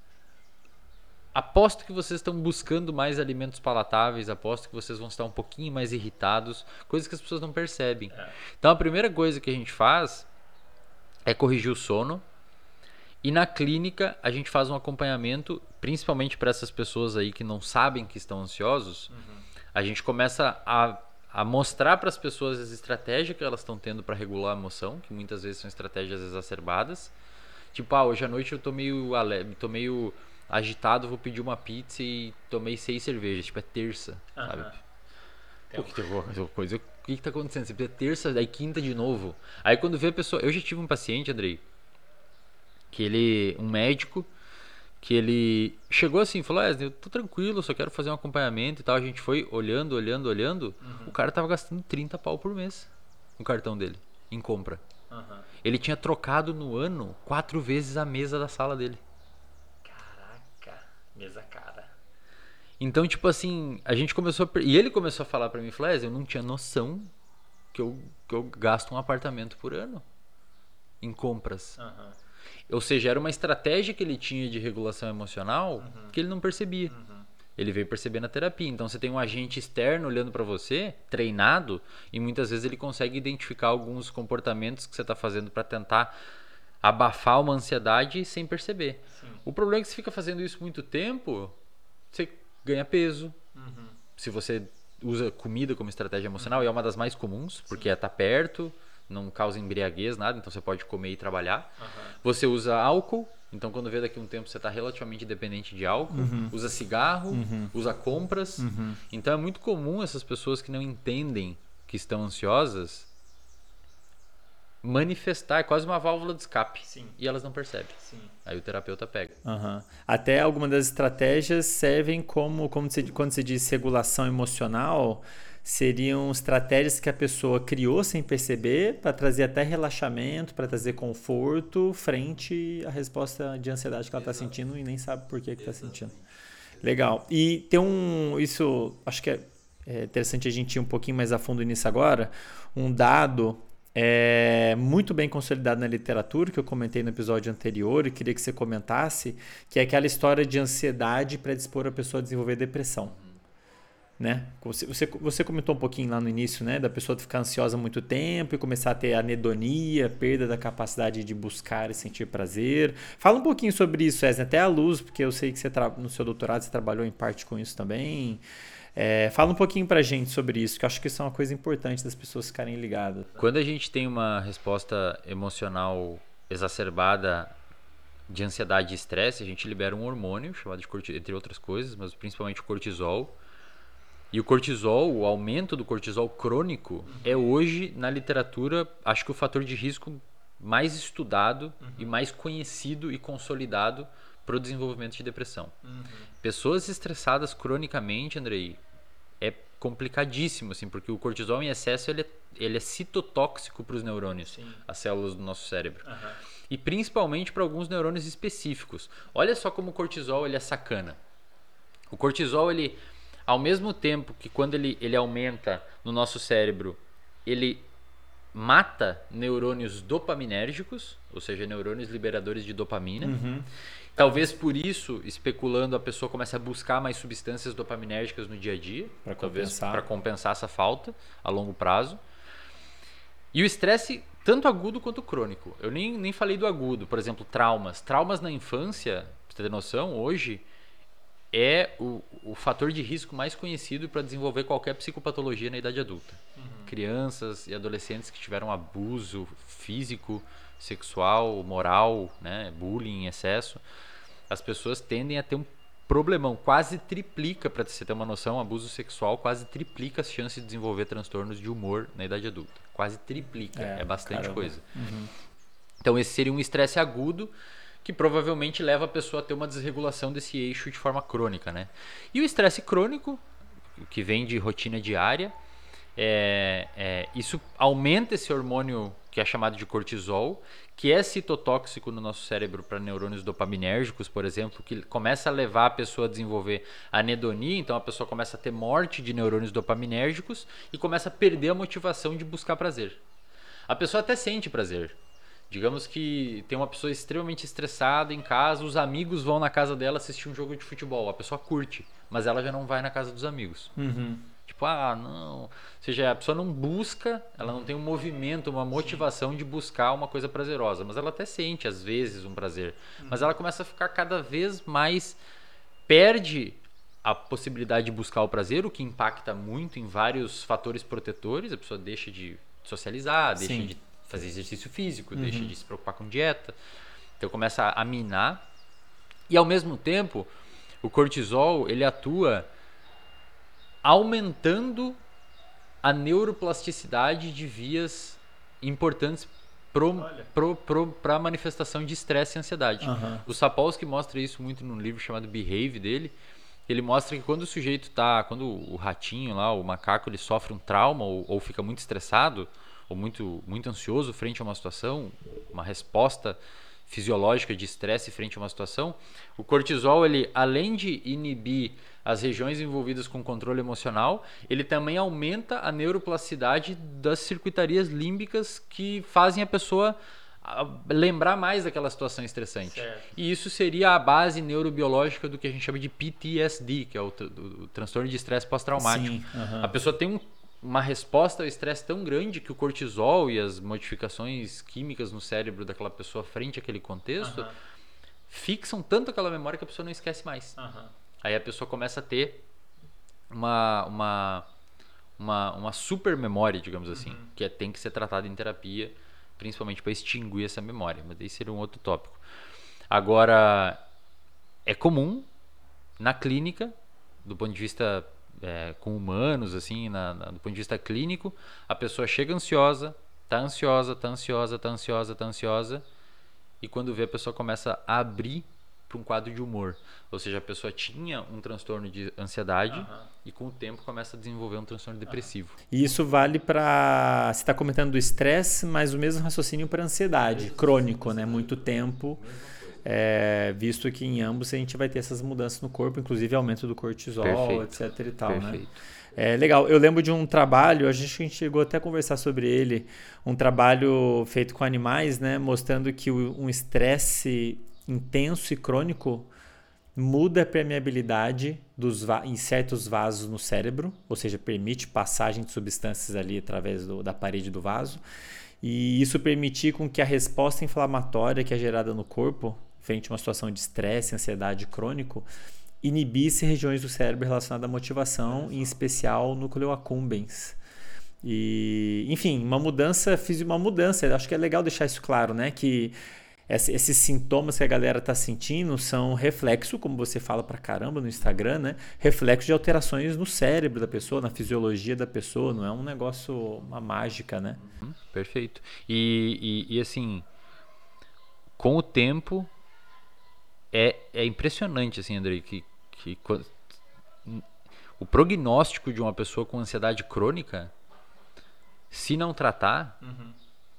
Aposto que vocês estão buscando mais alimentos palatáveis, aposto que vocês vão estar um pouquinho mais irritados, coisas que as pessoas não percebem. É. Então a primeira coisa que a gente faz é corrigir o sono. E na clínica a gente faz um acompanhamento, principalmente para essas pessoas aí que não sabem que estão ansiosos. Uhum. A gente começa a, a mostrar para as pessoas as estratégias que elas estão tendo para regular a emoção, que muitas vezes são estratégias exacerbadas. Tipo, ah, hoje à noite eu tô meio, ale... tô meio agitado, vou pedir uma pizza e tomei seis cervejas. Tipo, é terça, sabe? Aham. Pô, que tem alguma coisa. O que que tá acontecendo? Você precisa terça, aí quinta de novo. Aí quando vê a pessoa. Eu já tive um paciente, Andrei, que ele. Um médico, que ele chegou assim, falou: ah, eu tô tranquilo, só quero fazer um acompanhamento e tal. A gente foi olhando, olhando, olhando. Uhum. O cara tava gastando trinta pau por mês no cartão dele, em compra. Aham. Ele tinha trocado no ano quatro vezes a mesa da sala dele. Caraca, mesa cara. Então, tipo assim, a gente começou a... per- E ele começou a falar pra mim, falou, eu não tinha noção que eu, que eu gasto um apartamento por ano em compras. Aham. Ou seja, era uma estratégia que ele tinha de regulação emocional que ele não percebia. Uhum. Ele veio perceber na terapia. Então, você tem um agente externo olhando pra você, treinado, e muitas vezes ele consegue identificar alguns comportamentos que você tá fazendo pra tentar abafar uma ansiedade sem perceber. Sim. O problema é que você fica fazendo isso muito tempo, você ganha peso. Uhum. Se você usa comida como estratégia emocional, e é uma das mais comuns, porque é estar perto, não causa embriaguez, nada, então você pode comer e trabalhar. Aham. Você usa álcool, então quando vê daqui a um tempo você está relativamente dependente de álcool. Usa cigarro, usa compras. Uhum. Então é muito comum essas pessoas que não entendem que estão ansiosas manifestar, é quase uma válvula de escape. Sim. E elas não percebem. Sim. Aí o terapeuta pega. Uhum. Até algumas das estratégias servem como, como se, quando se diz regulação emocional, seriam estratégias que a pessoa criou sem perceber para trazer até relaxamento, para trazer conforto frente à resposta de ansiedade que ela está sentindo e nem sabe por que está sentindo. Legal. E tem um, isso acho que é, é interessante a gente ir um pouquinho mais a fundo nisso agora, um dado é, muito bem consolidado na literatura, que eu comentei no episódio anterior e queria que você comentasse, que é aquela história de ansiedade predispor a pessoa a desenvolver depressão. Né? Você, você, você comentou um pouquinho lá no início, né, da pessoa ficar ansiosa há muito tempo e começar a ter anedonia, perda da capacidade de buscar e sentir prazer. Fala um pouquinho sobre isso, Wesley, até à luz, porque eu sei que você tra- no seu doutorado você trabalhou em parte com isso também. É, fala um pouquinho pra gente sobre isso, que eu acho que isso é uma coisa importante das pessoas ficarem ligadas. Quando a gente tem uma resposta emocional exacerbada de ansiedade e estresse, a gente libera um hormônio chamado de cortisol, entre outras coisas, mas principalmente o cortisol. E o cortisol, o aumento do cortisol crônico, é hoje, na literatura, acho que o fator de risco mais estudado uhum. e mais conhecido e consolidado para o desenvolvimento de depressão. Uhum. Pessoas estressadas cronicamente, Andrei, é complicadíssimo, assim, porque o cortisol em excesso ele é, ele é citotóxico para os neurônios, Sim. as células do nosso cérebro. Uhum. E principalmente para alguns neurônios específicos. Olha só como o cortisol ele é sacana. O cortisol, ele... Ao mesmo tempo que quando ele, ele aumenta no nosso cérebro, ele mata neurônios dopaminérgicos, ou seja, neurônios liberadores de dopamina. Uhum. Talvez por isso, especulando, a pessoa comece a buscar mais substâncias dopaminérgicas no dia a dia, para compensar. Para compensar essa falta a longo prazo. E o estresse, tanto agudo quanto crônico. Eu nem, nem falei do agudo, por exemplo, traumas. Traumas na infância, pra você ter noção, hoje... é o, o fator de risco mais conhecido para desenvolver qualquer psicopatologia na idade adulta. Uhum. Crianças e adolescentes que tiveram abuso físico, sexual, moral, né, bullying em excesso, as pessoas tendem a ter um problemão, quase triplica, para você ter uma noção, abuso sexual quase triplica as chances de desenvolver transtornos de humor na idade adulta. Quase triplica, é, é bastante caramba. coisa. Uhum. Então esse seria um estresse agudo, que provavelmente leva a pessoa a ter uma desregulação desse eixo de forma crônica, né? E o estresse crônico, que vem de rotina diária, é, é, isso aumenta esse hormônio que é chamado de cortisol, que é citotóxico no nosso cérebro para neurônios dopaminérgicos, por exemplo, que começa a levar a pessoa a desenvolver anedonia, então a pessoa começa a ter morte de neurônios dopaminérgicos e começa a perder a motivação de buscar prazer. A pessoa até sente prazer. Digamos que tem uma pessoa extremamente estressada em casa, os amigos vão na casa dela assistir um jogo de futebol. A pessoa curte, mas ela já não vai na casa dos amigos. Uhum. Tipo, ah, não... Ou seja, a pessoa não busca, ela não tem um movimento, uma motivação Sim. de buscar uma coisa prazerosa. Mas ela até sente, às vezes, um prazer. Uhum. Mas ela começa a ficar cada vez mais... Perde a possibilidade de buscar o prazer, o que impacta muito em vários fatores protetores. A pessoa deixa de socializar, deixa Sim. de fazer exercício físico, uhum. deixa de se preocupar com dieta. Então começa a minar. E ao mesmo tempo, o cortisol ele atua aumentando a neuroplasticidade de vias importantes para a manifestação de estresse e ansiedade. Uhum. O Sapolsky mostra isso muito num livro chamado Behave dele. Ele mostra que quando o sujeito tá, quando o ratinho lá, o macaco, ele sofre um trauma ou, ou fica muito estressado, ou muito, muito ansioso frente a uma situação, uma resposta fisiológica de estresse frente a uma situação, o cortisol, ele, além de inibir as regiões envolvidas com controle emocional, ele também aumenta a neuroplasticidade das circuitarias límbicas que fazem a pessoa lembrar mais daquela situação estressante. Certo. E isso seria a base neurobiológica do que a gente chama de P T S D, que é o, o, o transtorno de estresse pós-traumático. Sim, uh-huh. A pessoa tem um uma resposta ao estresse tão grande que o cortisol e as modificações químicas no cérebro daquela pessoa frente àquele contexto uhum. fixam tanto aquela memória que a pessoa não esquece mais. Uhum. Aí a pessoa começa a ter uma, uma, uma, uma super memória, digamos assim, uhum. que é, tem que ser tratada em terapia, principalmente para extinguir essa memória, mas daí seria um outro tópico. Agora, é comum na clínica, do ponto de vista... É, com humanos, assim, na, na, do ponto de vista clínico, a pessoa chega ansiosa, tá ansiosa, tá ansiosa, tá ansiosa, tá ansiosa, e quando vê a pessoa começa a abrir para um quadro de humor. Ou seja, a pessoa tinha um transtorno de ansiedade uhum. e com o tempo começa a desenvolver um transtorno depressivo. E isso vale para... Você está comentando do estresse, mas o mesmo raciocínio para ansiedade, crônico, né? Muito tempo, é, visto que em ambos a gente vai ter essas mudanças no corpo, inclusive aumento do cortisol, Perfeito. etc e tal, Perfeito. né? É legal. Eu lembro de um trabalho, a gente, a gente chegou até a conversar sobre ele, um trabalho feito com animais, né? Mostrando que o, um estresse intenso e crônico muda a permeabilidade dos va- em certos vasos no cérebro, ou seja, permite passagem de substâncias ali através do, da parede do vaso, e isso permitir com que a resposta inflamatória que é gerada no corpo, frente a uma situação de estresse, ansiedade crônico, inibisse regiões do cérebro relacionadas à motivação, em especial o núcleo accumbens. E, enfim, uma mudança, fiz uma mudança, acho que é legal deixar isso claro, né, que esses sintomas que a galera está sentindo são reflexo, como você fala pra caramba no Instagram, né? Reflexo de alterações no cérebro da pessoa, na fisiologia da pessoa, não é um negócio, uma mágica, né? Uhum, perfeito. E, e, e assim, com o tempo, é, é impressionante, assim, Andrei, que, que o prognóstico de uma pessoa com ansiedade crônica, se não tratar... Uhum.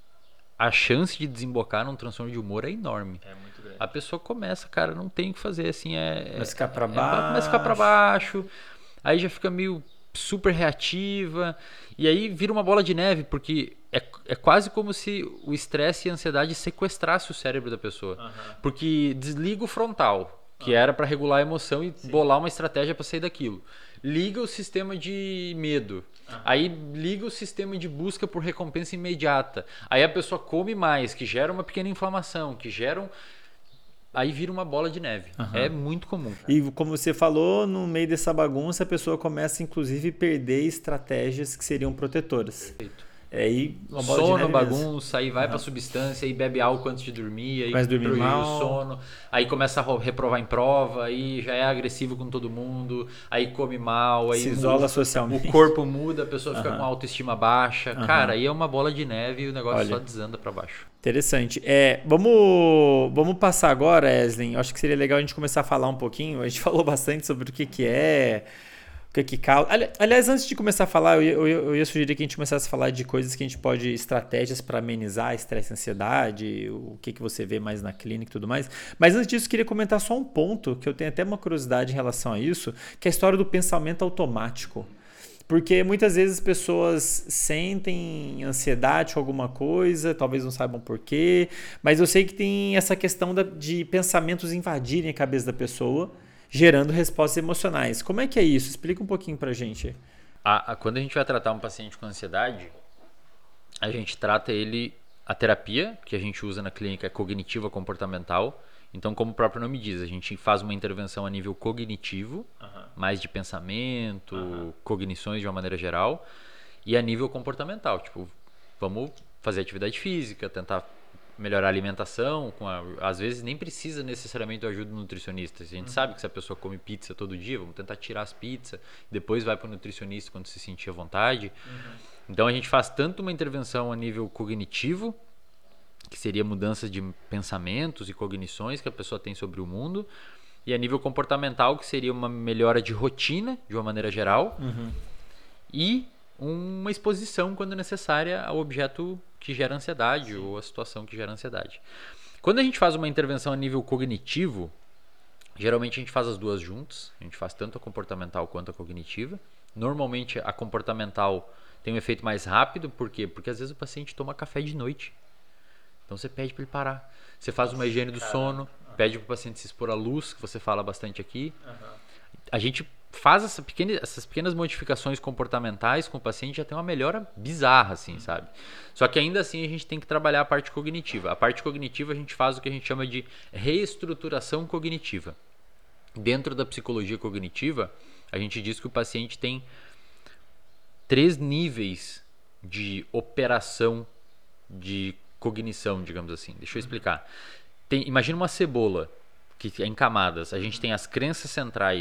A chance de desembocar num transtorno de humor é enorme. É muito grande. A pessoa começa, cara, não tem o que fazer, assim, é... Começa a ficar pra é, baixo. Começa a ficar pra baixo, aí já fica meio super reativa, e aí vira uma bola de neve, porque é, é quase como se o estresse e a ansiedade sequestrasse o cérebro da pessoa. Uhum. Porque desliga o frontal, que uhum. era pra regular a emoção e Sim. bolar uma estratégia pra sair daquilo. Liga o sistema de medo. Uhum. Aí liga o sistema de busca por recompensa imediata. Aí a pessoa come mais, que gera uma pequena inflamação, que gera um... Aí vira uma bola de neve. Uhum. É muito comum. Cara. E como você falou, no meio dessa bagunça, a pessoa começa, inclusive, a perder estratégias que seriam protetoras. Perfeito. É aí uma bola sono, de neve bagunça, mesmo. aí vai uhum. pra substância, aí bebe álcool antes de dormir, aí dormir mal. o sono, aí começa a reprovar em prova, aí já é agressivo com todo mundo, aí come mal, aí se isola muda, socialmente. O corpo muda, a pessoa fica uhum. com autoestima baixa. Uhum. Cara, aí é uma bola de neve e o negócio Olha, só desanda pra baixo. Interessante. É, vamos, vamos passar agora, Eslen. Eu acho que seria legal a gente começar a falar um pouquinho. A gente falou bastante sobre o que, que é... O que que causa... Aliás, antes de começar a falar, eu ia, eu, ia, eu ia sugerir que a gente começasse a falar de coisas que a gente pode... Estratégias para amenizar estresse e ansiedade, o que, que você vê mais na clínica e tudo mais. Mas antes disso, eu queria comentar só um ponto, que eu tenho até uma curiosidade em relação a isso, que é a história do pensamento automático. Porque muitas vezes as pessoas sentem ansiedade com alguma coisa, talvez não saibam por quê, mas eu sei que tem essa questão da, de pensamentos invadirem a cabeça da pessoa, gerando respostas emocionais. Como é que é isso? Explica um pouquinho pra gente. A, a, quando a gente vai tratar um paciente com ansiedade, a gente trata ele... A terapia que a gente usa na clínica é cognitiva comportamental. Então, como o próprio nome diz, a gente faz uma intervenção a nível cognitivo, uhum. mais de pensamento, uhum. cognições de uma maneira geral, e a nível comportamental. Tipo, vamos fazer atividade física, tentar melhorar a alimentação. Com a, às vezes nem precisa necessariamente da ajuda do nutricionista. A gente uhum. sabe que se a pessoa come pizza todo dia, vamos tentar tirar as pizzas, depois vai para o nutricionista quando se sentir à vontade. Uhum. Então a gente faz tanto uma intervenção a nível cognitivo, que seria mudanças de pensamentos e cognições que a pessoa tem sobre o mundo, e a nível comportamental, que seria uma melhora de rotina, de uma maneira geral, uhum. e uma exposição, quando necessária, ao objeto que gera ansiedade ou a situação que gera ansiedade. Quando a gente faz uma intervenção a nível cognitivo, geralmente a gente faz as duas juntas, a gente faz tanto a comportamental quanto a cognitiva. Normalmente a comportamental tem um efeito mais rápido, por quê? Porque às vezes o paciente toma café de noite. Então você pede para ele parar. Você faz uma higiene do sono, uhum. pede para o paciente se expor à luz, que você fala bastante aqui. Uhum. A gente faz essa pequena, essas pequenas modificações comportamentais com o paciente, já tem uma melhora bizarra, assim, uhum. sabe? Só que ainda assim a gente tem que trabalhar a parte cognitiva. A parte cognitiva a gente faz o que a gente chama de reestruturação cognitiva. Dentro da psicologia cognitiva, a gente diz que o paciente tem três níveis de operação de cognição, digamos assim. Deixa eu explicar. Tem, imagina uma cebola que é em camadas. A gente tem as crenças centrais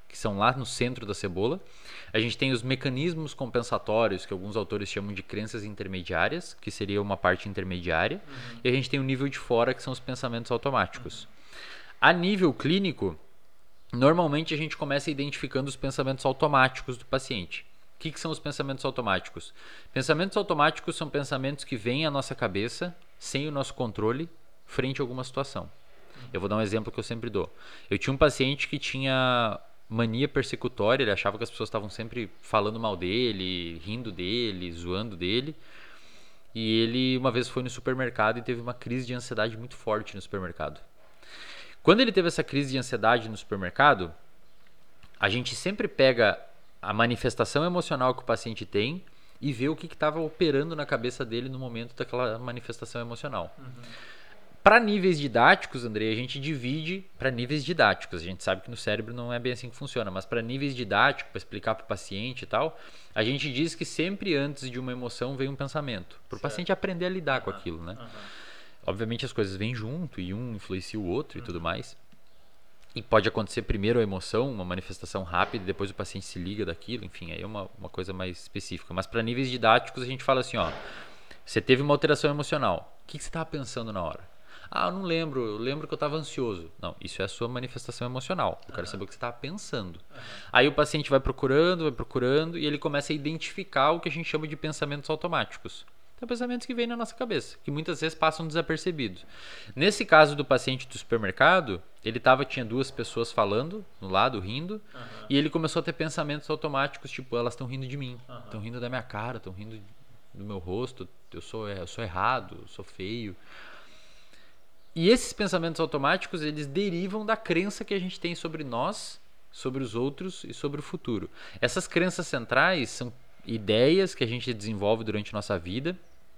que são lá no centro da cebola. A gente tem os mecanismos compensatórios, que alguns autores chamam de crenças intermediárias, que seria uma parte intermediária. Uhum. E a gente tem o nível de fora, que são os pensamentos automáticos. Uhum. A nível clínico, normalmente a gente começa identificando os pensamentos automáticos do paciente. O que, que são os pensamentos automáticos? Pensamentos automáticos são pensamentos que vêm à nossa cabeça, sem o nosso controle, frente a alguma situação. Eu vou dar um exemplo que eu sempre dou. Eu tinha um paciente que tinha mania persecutória, ele achava que as pessoas estavam sempre falando mal dele, rindo dele, zoando dele. E ele uma vez foi no supermercado e teve uma crise de ansiedade muito forte no supermercado. Quando ele teve essa crise de ansiedade no supermercado, a gente sempre pega a manifestação emocional que o paciente tem e vê o que estava operando na cabeça dele no momento daquela manifestação emocional. Uhum. Para níveis didáticos, Andrei, a gente divide para níveis didáticos. A gente sabe que no cérebro não é bem assim que funciona, mas para níveis didáticos, para explicar para o paciente e tal, a gente diz que sempre antes de uma emoção vem um pensamento, para o paciente aprender a lidar uhum. com aquilo, né? Uhum. Obviamente as coisas vêm junto e um influencia o outro uhum. e tudo mais. E pode acontecer primeiro a emoção, uma manifestação rápida, e depois o paciente se liga daquilo, enfim, aí é uma, uma coisa mais específica. Mas para níveis didáticos a gente fala assim, ó, você teve uma alteração emocional, o que, que você estava pensando na hora? Ah, eu não lembro, eu lembro que eu estava ansioso. Não, isso é a sua manifestação emocional. Eu quero uhum. saber o que você estava pensando. Uhum. Aí o paciente vai procurando, vai procurando, e ele começa a identificar o que a gente chama de pensamentos automáticos. São pensamentos que vêm na nossa cabeça, que muitas vezes passam desapercebidos. Nesse caso do paciente do supermercado, ele tava, tinha duas pessoas falando no lado, rindo, uhum. e ele começou a ter pensamentos automáticos, tipo, elas estão rindo de mim, estão uhum. rindo da minha cara, estão rindo do meu rosto, eu sou, eu sou errado, eu sou feio. E esses pensamentos automáticos, eles derivam da crença que a gente tem sobre nós, sobre os outros e sobre o futuro. Essas crenças centrais são ideias que a gente desenvolve durante a nossa vida.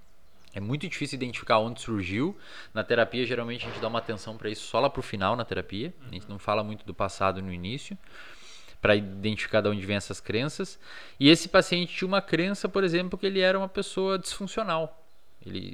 É muito difícil identificar onde surgiu. Na terapia, geralmente, a gente dá uma atenção para isso só lá para o final na terapia. A gente não fala muito do passado no início, para identificar de onde vem essas crenças. E esse paciente tinha uma crença, por exemplo, que ele era uma pessoa disfuncional. Ele,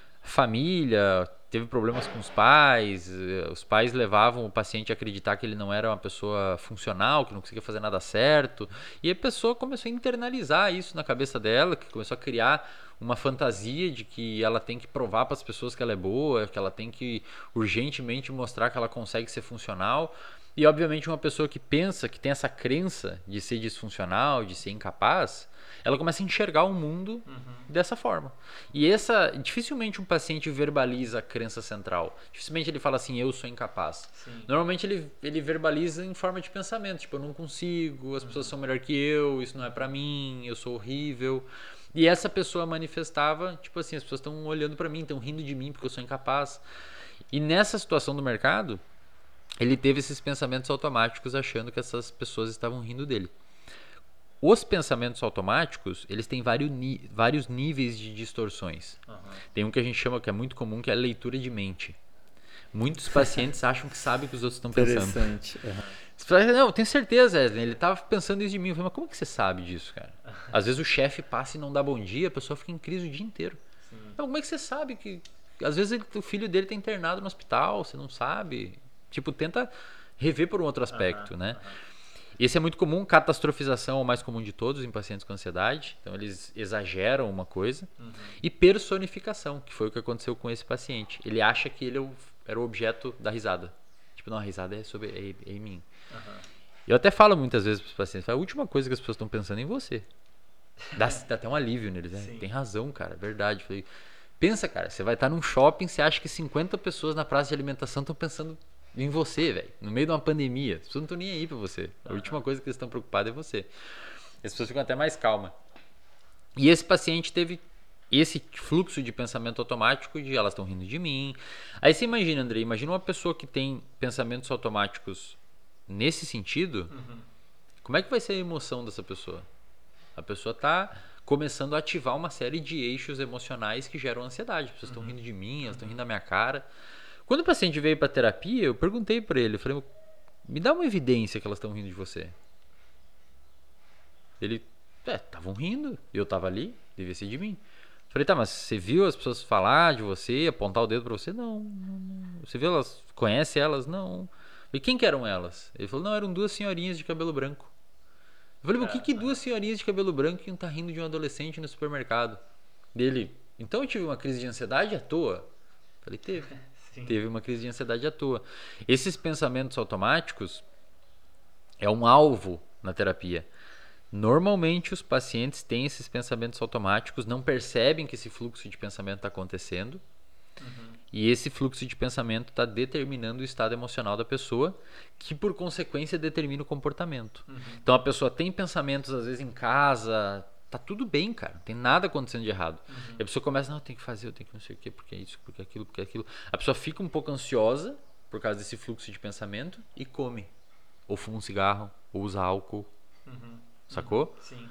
família, teve problemas com os pais, os pais levavam o paciente a acreditar que ele não era uma pessoa funcional, que não conseguia fazer nada certo, e a pessoa começou a internalizar isso na cabeça dela, que começou a criar uma fantasia de que ela tem que provar para as pessoas que ela é boa, que ela tem que urgentemente mostrar que ela consegue ser funcional. E obviamente uma pessoa que pensa, que tem essa crença de ser disfuncional, de ser incapaz, ela começa a enxergar o mundo uhum. dessa forma. E essa, dificilmente um paciente verbaliza a crença central. Dificilmente ele fala assim, eu sou incapaz. Sim. Normalmente ele, ele verbaliza em forma de pensamento, tipo, eu não consigo, as uhum. pessoas são melhor que eu, isso não é pra mim, eu sou horrível. E essa pessoa manifestava, tipo assim, as pessoas estão olhando pra mim, estão rindo de mim porque eu sou incapaz. E nessa situação do mercado, ele teve esses pensamentos automáticos achando que essas pessoas estavam rindo dele. Os pensamentos automáticos, eles têm vários, vários níveis de distorções. Uhum. Tem um que a gente chama, que é muito comum, que é a leitura de mente. Muitos pacientes acham que sabem o que os outros estão pensando. Interessante. Uhum. Você fala, não, eu tenho certeza, Wesley, ele estava pensando isso de mim. Eu falei, mas como é que você sabe disso, cara? Às vezes o chefe passa e não dá bom dia, a pessoa fica em crise o dia inteiro. Então, como é que você sabe que... Às vezes ele, o filho dele está internado no hospital, você não sabe. Tipo, tenta rever por um outro aspecto, uhum, né? Uhum. Esse é muito comum, catastrofização é o mais comum de todos em pacientes com ansiedade. Então, eles exageram uma coisa. Uhum. E personificação, que foi o que aconteceu com esse paciente. Ele acha que ele era o objeto da risada. Tipo, não, a risada é, sobre, é, é em mim. Uhum. Eu até falo muitas vezes para os pacientes, a última coisa que as pessoas estão pensando é em você. Dá, dá até um alívio neles, né? Tem razão, cara, é verdade. Falei, pensa, cara, você vai estar num shopping, você acha que cinquenta pessoas na praça de alimentação estão pensando em você, velho, no meio de uma pandemia. As pessoas não estão nem aí pra você. A uhum. última coisa que eles estão preocupados é você. As pessoas ficam até mais calmas. E esse paciente teve esse fluxo de pensamento automático de elas estão rindo de mim. Aí você imagina, André, imagina uma pessoa que tem pensamentos automáticos nesse sentido, uhum. como é que vai ser a emoção dessa pessoa? A pessoa tá começando a ativar uma série de eixos emocionais que geram ansiedade. As pessoas estão uhum. rindo de mim, elas estão rindo da minha cara. Quando o paciente veio para terapia, eu perguntei para ele, eu falei, me dá uma evidência que elas estão rindo de você. Ele, é, estavam rindo, eu estava ali, devia ser de mim. Eu falei, tá, mas você viu as pessoas falar de você, apontar o dedo para você? Não, não, não. Você viu elas, conhece elas? Não. Eu E quem que eram elas? Ele falou, não, eram duas senhorinhas de cabelo branco. Eu falei, mas o que que duas senhorinhas de cabelo branco iam estar rindo de um adolescente no supermercado? Dele, então eu tive uma crise de ansiedade à toa? Eu falei, teve. Sim. Teve uma crise de ansiedade à toa. Esses pensamentos automáticos é um alvo na terapia. Normalmente os pacientes têm esses pensamentos automáticos, não percebem que esse fluxo de pensamento está acontecendo. Uhum. E esse fluxo de pensamento está determinando o estado emocional da pessoa, que por consequência determina o comportamento. Uhum. Então a pessoa tem pensamentos às vezes em casa, tá tudo bem, cara, não tem nada acontecendo de errado. Uhum. E a pessoa começa, não, eu tenho que fazer, eu tenho que não sei o quê, porque isso, porque aquilo, porque aquilo. A pessoa fica um pouco ansiosa por causa desse fluxo de pensamento e come. Ou fuma um cigarro, ou usa álcool. Uhum. Sacou? Uhum. Sim.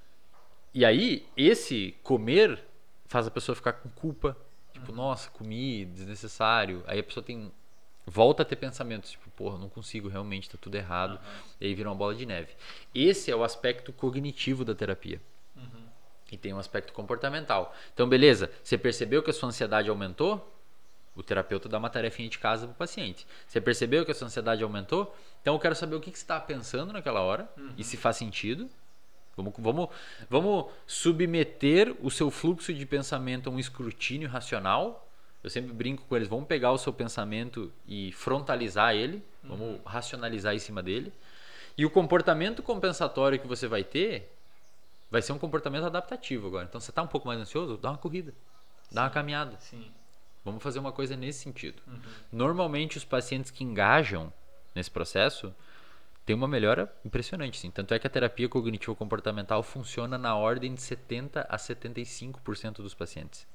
E aí, esse comer faz a pessoa ficar com culpa. Tipo, uhum. nossa, comi, desnecessário. Aí a pessoa tem volta a ter pensamentos, tipo, porra, não consigo, realmente tá tudo errado. Uhum. E aí vira uma bola de neve. Esse é o aspecto cognitivo da terapia. Uhum. E tem um aspecto comportamental. Então, beleza, você percebeu que a sua ansiedade aumentou? O terapeuta dá uma tarefinha de casa pro paciente. Você percebeu que a sua ansiedade aumentou? Então eu quero saber o que, que você está pensando naquela hora, uhum. e se faz sentido. Vamos, vamos, vamos submeter o seu fluxo de pensamento a um escrutínio racional. Eu sempre brinco com eles, vamos pegar o seu pensamento e frontalizar ele, uhum. vamos racionalizar em cima dele. E o comportamento compensatório que você vai ter vai ser um comportamento adaptativo agora. Então você está um pouco mais ansioso? Dá uma corrida, dá Sim. uma caminhada. Sim. Vamos fazer uma coisa nesse sentido. Uhum. Normalmente os pacientes que engajam nesse processo tem uma melhora impressionante, sim. Tanto é que a terapia cognitivo-comportamental funciona na ordem de setenta a setenta e cinco por cento dos pacientes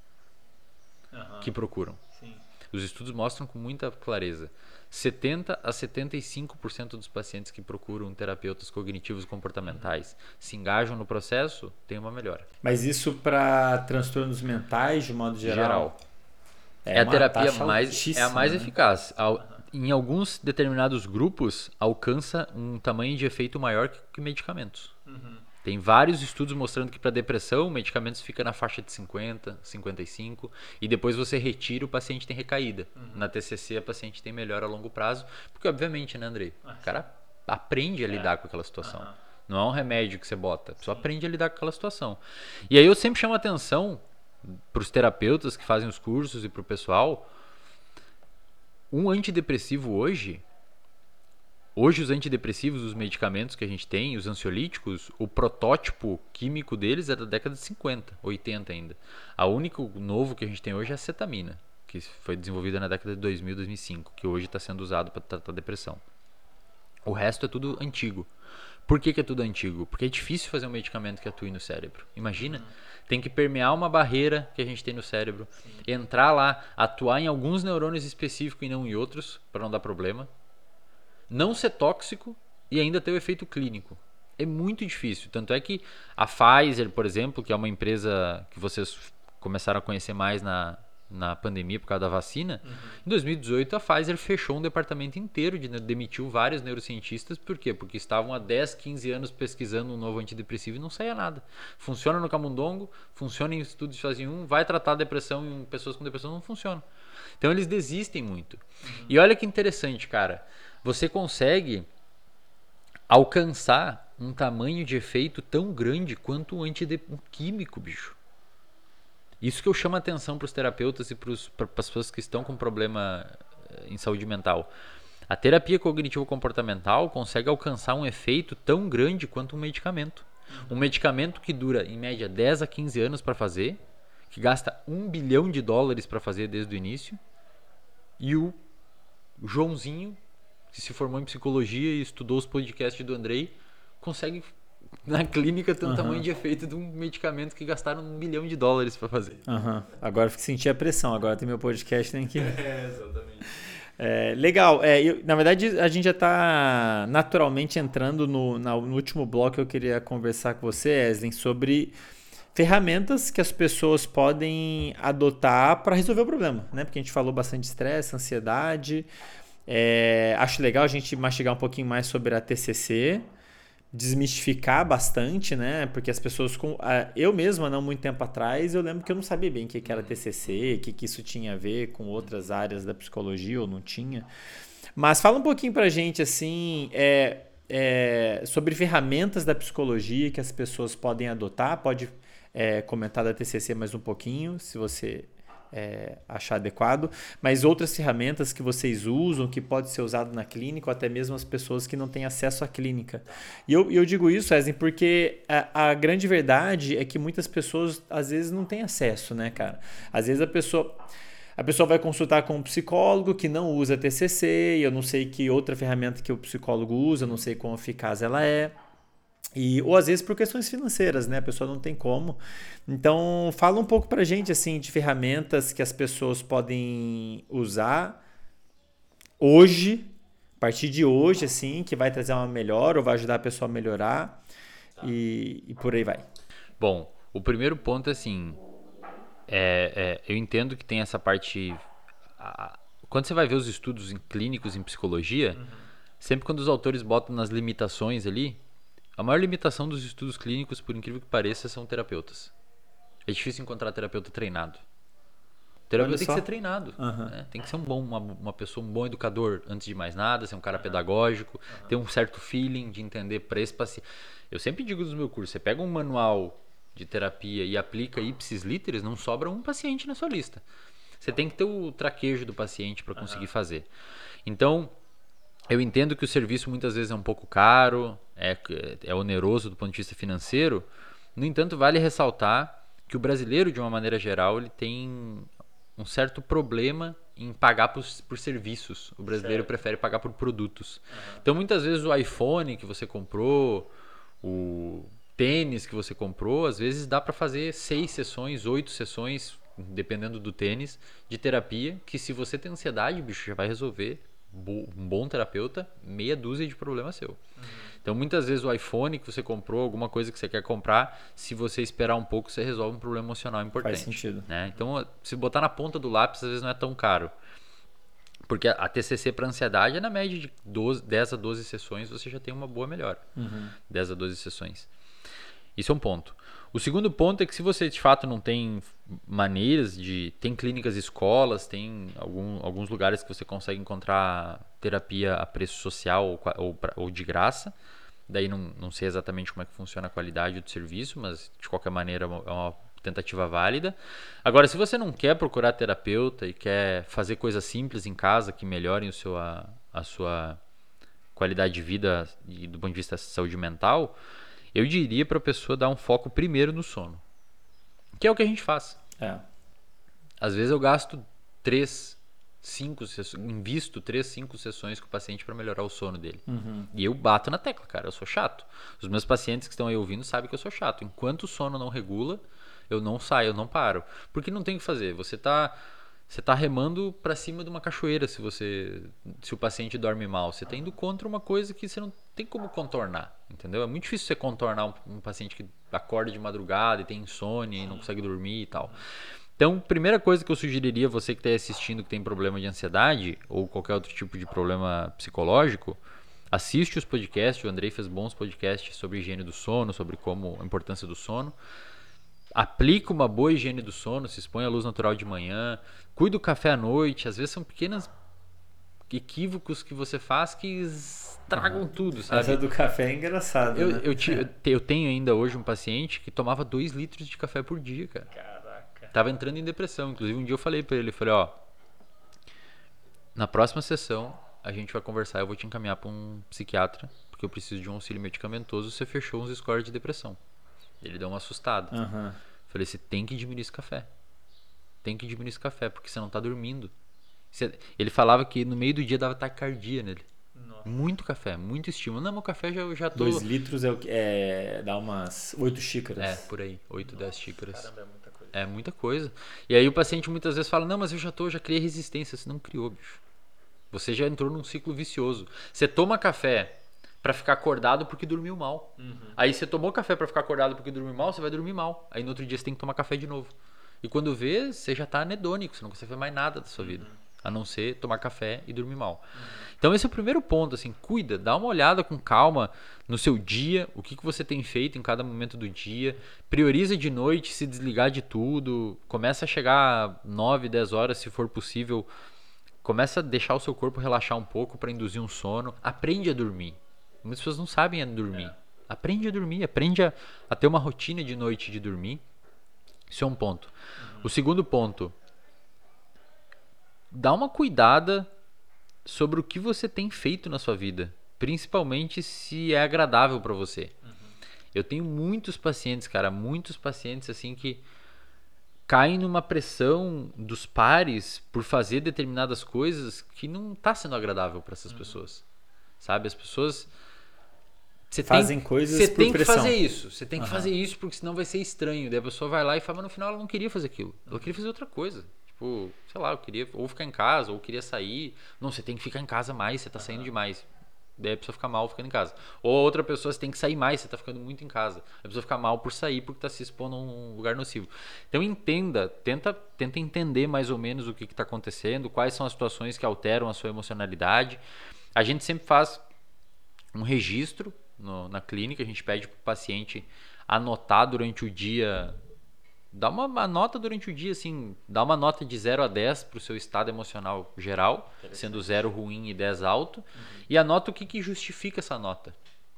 uhum. que procuram. Sim. Os estudos mostram com muita clareza. setenta a setenta e cinco por cento dos pacientes que procuram terapeutas cognitivos comportamentais uhum. se engajam no processo, tem uma melhora. Mas isso para transtornos mentais, de modo geral? Geral. É, é a terapia mais, é a mais né? eficaz. Ao, em alguns determinados grupos, alcança um tamanho de efeito maior que, que medicamentos. Uhum. Tem vários estudos mostrando que para depressão, medicamentos ficam na faixa de cinquenta, cinquenta e cinco, e depois você retira, o paciente tem recaída. Uhum. Na T C C, a paciente tem melhora a longo prazo, porque obviamente, né, Andrei? Ah, o cara aprende a é. lidar com aquela situação. Uhum. Não é um remédio que você bota, só aprende a lidar com aquela situação. E aí eu sempre chamo a atenção para os terapeutas que fazem os cursos e para o pessoal. Um antidepressivo hoje, hoje os antidepressivos, os medicamentos que a gente tem, os ansiolíticos, o protótipo químico deles é da década de cinquenta, oitenta ainda. A única novo que a gente tem hoje é a cetamina, que foi desenvolvida na década de dois mil, dois mil e cinco, que hoje está sendo usado para tratar depressão. O resto é tudo antigo. Por que que é tudo antigo? Porque é difícil fazer um medicamento que atue no cérebro. Imagina, uhum. tem que permear uma barreira que a gente tem no cérebro, Sim. entrar lá, atuar em alguns neurônios específicos e não em outros, para não dar problema, não ser tóxico e ainda ter o efeito clínico. É muito difícil. Tanto é que a Pfizer, por exemplo, que é uma empresa que vocês começaram a conhecer mais na, na pandemia por causa da vacina, uhum. em dois mil e dezoito a Pfizer fechou um departamento inteiro, de, demitiu vários neurocientistas. Por quê? Porque estavam há dez, quinze anos pesquisando um novo antidepressivo e não saía nada. Funciona no camundongo, funciona em estudos de fase um, vai tratar a depressão em pessoas com depressão, não funciona. Então eles desistem muito. Uhum. E olha que interessante, cara. Você consegue alcançar um tamanho de efeito tão grande quanto um, antide- um químico, bicho. Isso que eu chamo a atenção para os terapeutas e para as pessoas que estão com problema em saúde mental. A terapia cognitivo-comportamental consegue alcançar um efeito tão grande quanto um medicamento. Um medicamento que dura, em média, dez a quinze anos para fazer, que gasta um bilhão de dólares para fazer desde o início, e o Joãozinho, que se formou em psicologia e estudou os podcasts do Andrei, consegue... na clínica tem um uhum. tamanho de efeito de um medicamento que gastaram um milhão de dólares para fazer. Uhum. Agora eu senti a pressão, agora tem meu podcast, tem que... É, exatamente. É, legal, é, eu, na verdade a gente já está naturalmente entrando no, no último bloco que eu queria conversar com você, Eslen, sobre ferramentas que as pessoas podem adotar para resolver o problema, né? Porque a gente falou bastante de estresse, ansiedade, é, acho legal a gente mastigar um pouquinho mais sobre a T C C, desmistificar bastante, né? Porque as pessoas, com eu mesma, não muito tempo atrás, eu lembro que eu não sabia bem o que era T C C, o que, que isso tinha a ver com outras áreas da psicologia ou não tinha. Mas fala um pouquinho pra gente, assim, é, é, sobre ferramentas da psicologia que as pessoas podem adotar. Pode é, comentar da T C C mais um pouquinho, se você é, achar adequado. Mas outras ferramentas que vocês usam, que pode ser usado na clínica, ou até mesmo as pessoas que não têm acesso à clínica. E eu, eu digo isso, Wesley, porque a, a grande verdade é que muitas pessoas, às vezes, não têm acesso, né, cara? Às vezes a pessoa... A pessoa vai consultar com um psicólogo que não usa T C C, e eu não sei que outra ferramenta que o psicólogo usa, eu não sei quão eficaz ela é. E, ou às vezes por questões financeiras, né? A pessoa não tem como. Então, fala um pouco pra gente, assim, de ferramentas que as pessoas podem usar hoje, a partir de hoje, assim, que vai trazer uma melhora ou vai ajudar a pessoa a melhorar, tá. e, e por aí vai. Bom, o primeiro ponto é assim... É, é, eu entendo que tem essa parte... A, quando você vai ver os estudos em clínicos em psicologia, uhum. sempre quando os autores botam nas limitações ali, a maior limitação dos estudos clínicos, por incrível que pareça, são terapeutas. É difícil encontrar terapeuta treinado. O terapeuta tem que ser treinado. Uhum. Né? Tem que ser um bom, uma, uma pessoa, um bom educador, antes de mais nada, ser um cara uhum. pedagógico, uhum. ter um certo feeling de entender para esse paciente. Eu sempre digo nos meus cursos, você pega um manual de terapia e aplica ipsis literis, não sobra um paciente na sua lista. Você tem que ter o traquejo do paciente para conseguir uhum. fazer. Então, eu entendo que o serviço muitas vezes é um pouco caro, é, é oneroso do ponto de vista financeiro. No entanto, vale ressaltar que o brasileiro, de uma maneira geral, ele tem um certo problema em pagar por, por serviços. O brasileiro certo. prefere pagar por produtos. Uhum. Então, muitas vezes o iPhone que você comprou, o tênis que você comprou, às vezes dá para fazer seis sessões, oito sessões, dependendo do tênis, de terapia, que se você tem ansiedade, bicho, já vai resolver, um bom terapeuta, meia dúzia de problema seu. Uhum. Então, muitas vezes o iPhone que você comprou, alguma coisa que você quer comprar, se você esperar um pouco, você resolve um problema emocional importante. Faz sentido. Né? Então, se botar na ponta do lápis, às vezes não é tão caro. Porque a T C C para ansiedade é na média de doze, dez a doze sessões, você já tem uma boa melhora. Uhum. dez a doze sessões. Isso é um ponto. O segundo ponto é que se você de fato não tem maneiras de... Tem clínicas, escolas, tem algum, alguns lugares que você consegue encontrar terapia a preço social ou, ou, ou de graça. Daí não, não sei exatamente como é que funciona a qualidade do serviço, mas de qualquer maneira é uma, é uma tentativa válida. Agora, se você não quer procurar terapeuta e quer fazer coisas simples em casa que melhorem o seu, a, a sua qualidade de vida e do ponto de vista da saúde mental... Eu diria para a pessoa dar um foco primeiro no sono. Que é o que a gente faz. É. Às vezes eu gasto três, cinco sessões, invisto três, cinco sessões com o paciente para melhorar o sono dele. Uhum. E eu bato na tecla, cara. Eu sou chato. Os meus pacientes que estão aí ouvindo sabem que eu sou chato. Enquanto o sono não regula, eu não saio, eu não paro. Porque não tem o que fazer. Você está... Você está remando para cima de uma cachoeira se, você, se o paciente dorme mal. Você está indo contra uma coisa que você não tem como contornar, entendeu? É muito difícil você contornar um, um paciente que acorda de madrugada e tem insônia e não consegue dormir e tal. Então, primeira coisa que eu sugeriria a você que está assistindo que tem problema de ansiedade ou qualquer outro tipo de problema psicológico, assiste os podcasts. O Andrei fez bons podcasts sobre higiene do sono, sobre como a importância do sono. Aplica uma boa higiene do sono, se expõe à luz natural de manhã, cuida do café à noite. Às vezes são pequenos equívocos que você faz que estragam uhum. tudo, sabe? Essa do café é engraçado, eu, né? eu, te, eu tenho ainda hoje um paciente que tomava dois litros de café por dia, cara. Caraca. Tava entrando em depressão. Inclusive um dia eu falei pra ele, falei, ó, na próxima sessão a gente vai conversar, eu vou te encaminhar pra um psiquiatra, porque eu preciso de um auxílio medicamentoso, você fechou uns scores de depressão. Ele deu uma assustada. Uhum. Falei, você tem que diminuir esse café. Tem que diminuir esse café, porque você não tá dormindo. Você... Ele falava que no meio do dia dava taquicardia nele. Nossa. Muito café, muito estímulo. Não, meu café já, já tô... Dois litros é, é, dá umas oito xícaras. É, por aí. Oito, dez xícaras. Caramba, é muita coisa. É muita coisa. E aí o paciente muitas vezes fala, não, mas eu já tô, já criei resistência. Você não criou, bicho. Você já entrou num ciclo vicioso. Você toma café pra ficar acordado porque dormiu mal. Uhum. Aí você tomou café pra ficar acordado porque dormiu mal, você vai dormir mal. Aí no outro dia você tem que tomar café de novo. E quando vê, você já tá anedônico, você não consegue fazer mais nada da sua vida. Uhum. A não ser tomar café e dormir mal. Uhum. Então esse é o primeiro ponto, assim, cuida, dá uma olhada com calma no seu dia, o que, que você tem feito em cada momento do dia, prioriza de noite, se desligar de tudo, começa a chegar nove, dez horas, se for possível, Começa a deixar o seu corpo relaxar um pouco para induzir um sono. Aprende a dormir. Muitas pessoas não sabem a dormir. É. Aprende a dormir, aprende a, a ter uma rotina de noite de dormir. Isso é um ponto. Uhum. O segundo ponto, dá uma cuidada sobre o que você tem feito na sua vida, principalmente se é agradável para você. Uhum. Eu tenho muitos pacientes, cara, muitos pacientes assim que caem numa pressão dos pares por fazer determinadas coisas que não está sendo agradável para essas uhum. pessoas, sabe? As pessoas Você fazem tem, coisas Você por tem pressão. que fazer isso. Você tem que uhum. fazer isso porque senão vai ser estranho. Daí a pessoa vai lá e fala, mas no final ela não queria fazer aquilo. Ela queria fazer outra coisa. Tipo, sei lá, eu queria ou ficar em casa, ou queria sair. Não, você tem que ficar em casa mais, você tá uhum. saindo demais. Daí a pessoa fica mal ficando em casa. Ou outra pessoa, você tem que sair mais, você tá ficando muito em casa. A pessoa fica mal por sair porque tá se expondo a um lugar nocivo. Então entenda, tenta, tenta entender mais ou menos o que que tá acontecendo, quais são as situações que alteram a sua emocionalidade. A gente sempre faz um registro No, na clínica, a gente pede para o paciente anotar durante o dia, dá uma, uma nota durante o dia, assim, dá uma nota de zero a dez para o seu estado emocional geral, sendo zero ruim e dez alto, uhum. e anota o que, que justifica essa nota.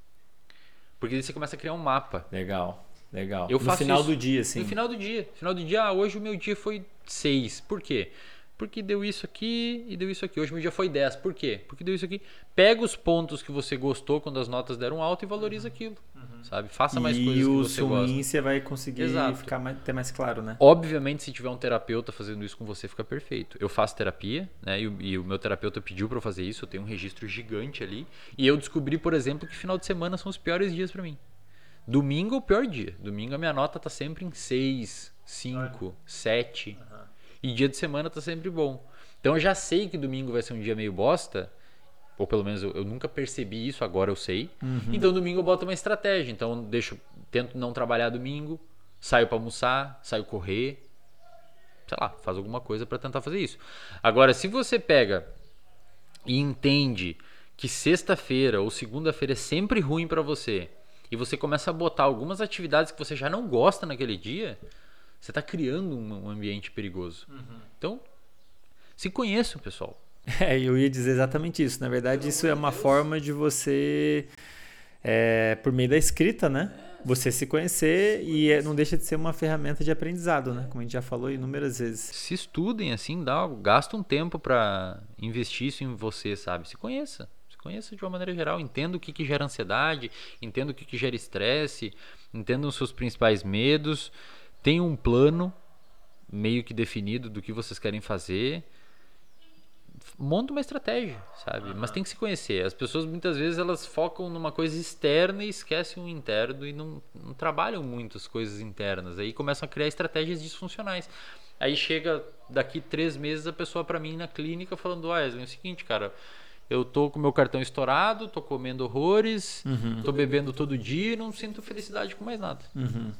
Porque aí você começa a criar um mapa. Legal, legal. Eu no faço final isso. do dia, sim. No final do dia. No final do dia, ah, hoje o meu dia foi seis. Por quê? Porque deu isso aqui e deu isso aqui. Hoje meu dia foi dez. Por quê? Porque deu isso aqui. Pega os pontos que você gostou quando as notas deram alto e valoriza uhum. aquilo. Uhum. Sabe? Faça mais e coisas que o você ruim gosta. você vai conseguir Exato. ficar mais, ter mais claro, né? Obviamente, se tiver um terapeuta fazendo isso com você, fica perfeito. Eu faço terapia, né? E o, e o meu terapeuta pediu para eu fazer isso. Eu tenho um registro gigante ali. E eu descobri, por exemplo, que final de semana são os piores dias para mim. Domingo é o pior dia. Domingo a minha nota tá sempre em seis, cinco, sete. Uhum. E dia de semana tá sempre bom. Então eu já sei que domingo vai ser um dia meio bosta, ou pelo menos eu, eu nunca percebi isso, agora eu sei. Uhum. Então domingo eu boto uma estratégia. Então eu deixo, tento não trabalhar domingo, saio para almoçar, saio correr, sei lá, faz alguma coisa para tentar fazer isso. Agora, se você pega e entende que sexta-feira ou segunda-feira é sempre ruim para você, e você começa a botar algumas atividades que você já não gosta naquele dia, você está criando um, um ambiente perigoso. Uhum. Então, se conheçam, pessoal. É, eu ia dizer exatamente isso. Na verdade, isso é uma forma de você, é, por meio da escrita, né? Você se conhecer e é, não deixa de ser uma ferramenta de aprendizado, né? Como a gente já falou inúmeras vezes. Se estudem, assim, dá, gasta um tempo para investir isso em você, sabe? Se conheça. Se conheça de uma maneira geral. Entenda o que, que gera ansiedade, entenda o que, que gera estresse, entenda os seus principais medos. Tenha um plano meio que definido do que vocês querem fazer. Monta uma estratégia, sabe? Uhum. Mas tem que se conhecer. As pessoas muitas vezes elas focam numa coisa externa e esquecem o interno e não, não trabalham muito as coisas internas. Aí começam a criar estratégias disfuncionais. Aí chega daqui três meses a pessoa para mim na clínica falando: ah, Wesley, é o seguinte, cara, eu tô com meu cartão estourado, tô comendo horrores, uhum. tô bebendo todo dia e não sinto felicidade com mais nada. Uhum.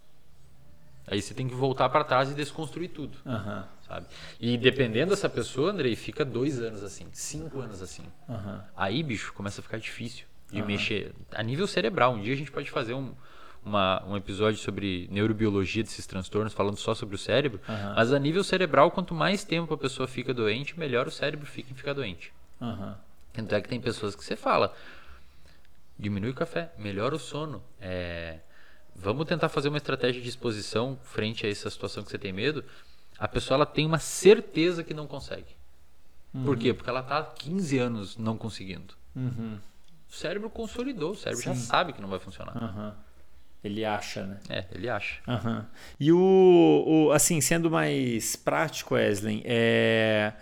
Aí você tem que voltar para trás e desconstruir tudo. Uhum. Sabe? E dependendo dessa pessoa, Andrei, fica dois anos assim, cinco anos assim. Uhum. Aí, bicho, começa a ficar difícil de uhum. mexer. A nível cerebral, um dia a gente pode fazer um, uma, um episódio sobre neurobiologia desses transtornos, falando só sobre o cérebro. Uhum. Mas a nível cerebral, quanto mais tempo a pessoa fica doente, melhor o cérebro fica em ficar doente. Uhum. Tanto é que tem pessoas que você fala, diminui o café, melhora o sono, é... vamos tentar fazer uma estratégia de exposição frente a essa situação que você tem medo. A pessoa ela tem uma certeza que não consegue. Uhum. Por quê? Porque ela está há quinze anos não conseguindo. Uhum. O cérebro consolidou, o cérebro Sim. já sabe que não vai funcionar. Uhum. Ele acha, né? É, ele acha. Uhum. E o, o, assim, sendo mais prático, Wesley, é...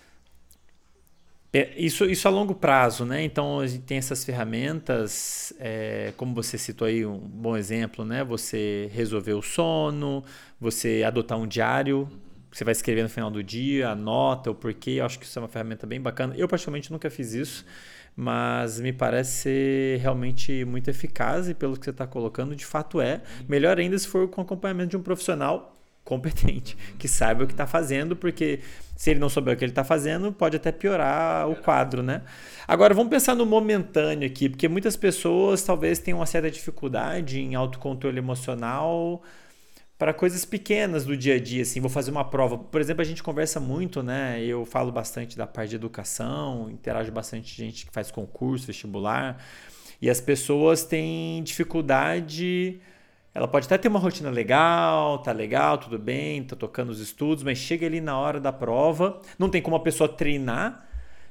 É, isso, isso a longo prazo, né? Então a gente tem essas ferramentas, é, como você citou aí, um bom exemplo, né? Você resolver o sono, você adotar um diário, você vai escrever no final do dia, anota o porquê. Eu acho que isso é uma ferramenta bem bacana. Eu, particularmente, nunca fiz isso, mas me parece ser realmente muito eficaz e pelo que você está colocando, de fato é. Melhor ainda se for com acompanhamento de um profissional competente, que saiba o que está fazendo, porque se ele não souber o que ele está fazendo, pode até piorar o quadro, né? Agora, vamos pensar no momentâneo aqui, porque muitas pessoas talvez tenham uma certa dificuldade em autocontrole emocional para coisas pequenas do dia a dia, assim, vou fazer uma prova. Por exemplo, a gente conversa muito, né? Eu falo bastante da parte de educação, interajo bastante com gente que faz concurso, vestibular, e as pessoas têm dificuldade. Ela pode até ter uma rotina legal, tá legal, tudo bem, tá tocando os estudos, mas chega ali na hora da prova, não tem como a pessoa treinar,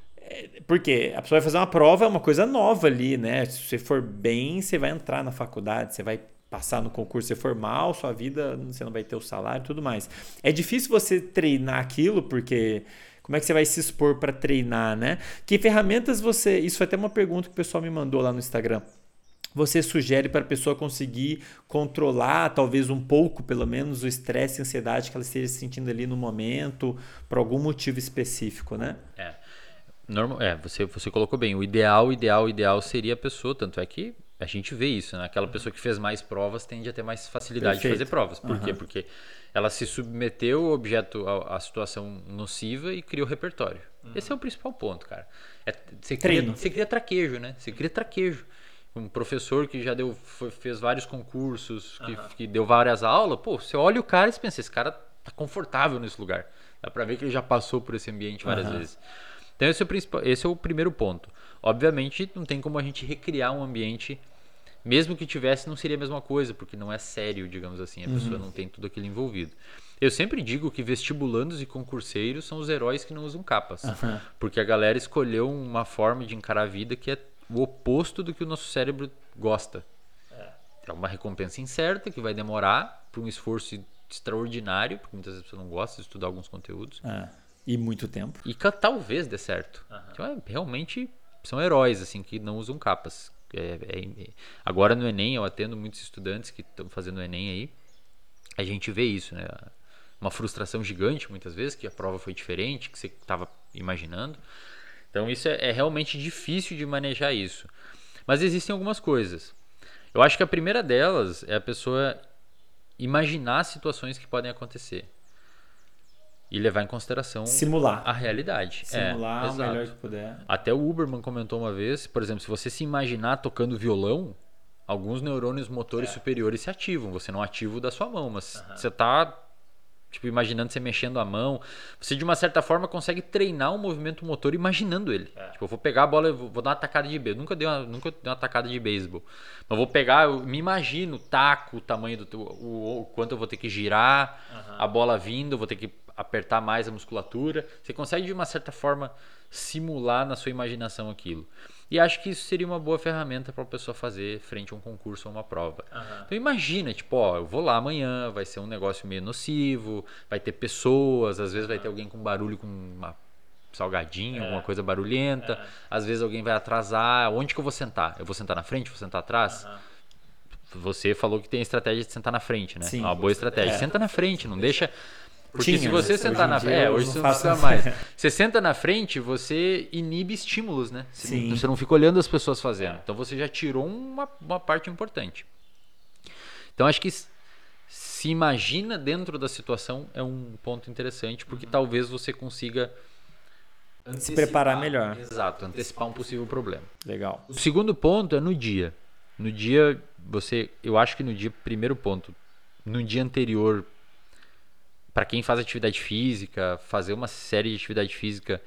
porque a pessoa vai fazer uma prova, é uma coisa nova ali, né? Se você for bem, você vai entrar na faculdade, você vai passar no concurso, se for mal, sua vida, você não vai ter o salário e tudo mais. É difícil você treinar aquilo, porque como é que você vai se expor para treinar, né? Que ferramentas você... Isso foi até uma pergunta que o pessoal me mandou lá no Instagram. Você sugere para a pessoa conseguir controlar, talvez um pouco, pelo menos, o estresse e a ansiedade que ela esteja sentindo ali no momento, por algum motivo específico, né? É, normal, é você, você colocou bem. O ideal, o ideal, o ideal seria a pessoa, tanto é que a gente vê isso, né? Aquela pessoa que fez mais provas tende a ter mais facilidade Perfeito. de fazer provas. Por uhum. quê? Porque ela se submeteu ao objeto, à, à situação nociva e criou repertório. Uhum. Esse é o principal ponto, cara. É, você, cria, você cria traquejo, né? Você cria traquejo. Um professor que já deu, foi, fez vários concursos, que, uhum. que deu várias aulas, pô, você olha o cara e você pensa, esse cara tá confortável nesse lugar. Dá pra ver que ele já passou por esse ambiente várias uhum. vezes. Então esse é, o principal, esse é o primeiro ponto. Obviamente não tem como a gente recriar um ambiente, mesmo que tivesse, não seria a mesma coisa, porque não é sério, digamos assim, a uhum. pessoa não tem tudo aquilo envolvido. Eu sempre digo que vestibulandos e concurseiros são os heróis que não usam capas, uhum. porque a galera escolheu uma forma de encarar a vida que é o oposto do que o nosso cérebro gosta. É, é uma recompensa incerta que vai demorar para um esforço extraordinário, porque muitas vezes a pessoa não gosta de estudar alguns conteúdos. É. E muito tempo. E que talvez dê certo. Uhum. Então, é, realmente são heróis assim que não usam capas. É, é, agora no Enem, eu atendo muitos estudantes que estão fazendo o Enem aí. A gente vê isso, né? Uma frustração gigante muitas vezes, que a prova foi diferente, que você estava imaginando. Então isso é, é realmente difícil de manejar isso. Mas existem algumas coisas. Eu acho que a primeira delas é a pessoa imaginar situações que podem acontecer. E levar em consideração Simular. a realidade. Simular é, o melhor que puder. Até o Uberman comentou uma vez, por exemplo, se você se imaginar tocando violão, alguns neurônios motores é. superiores se ativam. Você não ativa o da sua mão, mas uhum. você está tipo, imaginando você mexendo a mão. Você, de uma certa forma, consegue treinar um movimento motor imaginando ele. É. Tipo, eu vou pegar a bola e vou, vou dar uma tacada de beisebol. Nunca dei uma, nunca dei uma tacada de beisebol. Mas vou pegar, eu me imagino o taco, o tamanho do... O, o quanto eu vou ter que girar, uhum. a bola vindo, eu vou ter que apertar mais a musculatura. Você consegue, de uma certa forma, simular na sua imaginação aquilo. E acho que isso seria uma boa ferramenta para a pessoa fazer frente a um concurso ou uma prova. Uhum. Então imagina, tipo, ó, eu vou lá amanhã, vai ser um negócio meio nocivo, vai ter pessoas, às vezes uhum. vai ter alguém com barulho, com uma salgadinho, é. alguma coisa barulhenta, é. às vezes alguém vai atrasar. Onde que eu vou sentar? Eu vou sentar na frente, vou sentar atrás? Uhum. Você falou que tem a estratégia de sentar na frente, né? Sim, é uma boa estratégia. É. Senta na frente, não deixa... Porque Tinha, se você sentar na frente... É, hoje você não precisa mais. Você senta na frente, você inibe estímulos, né? Você, Sim. Não, você não fica olhando as pessoas fazendo. Então você já tirou uma, uma parte importante. Então acho que se imagina dentro da situação é um ponto interessante, porque uhum. talvez você consiga... se preparar melhor. Exato, antecipar um possível problema. Legal. O segundo ponto é no dia. No dia, você... Eu acho que no dia, primeiro ponto, no dia anterior... Para quem faz atividade física, fazer uma série de atividade física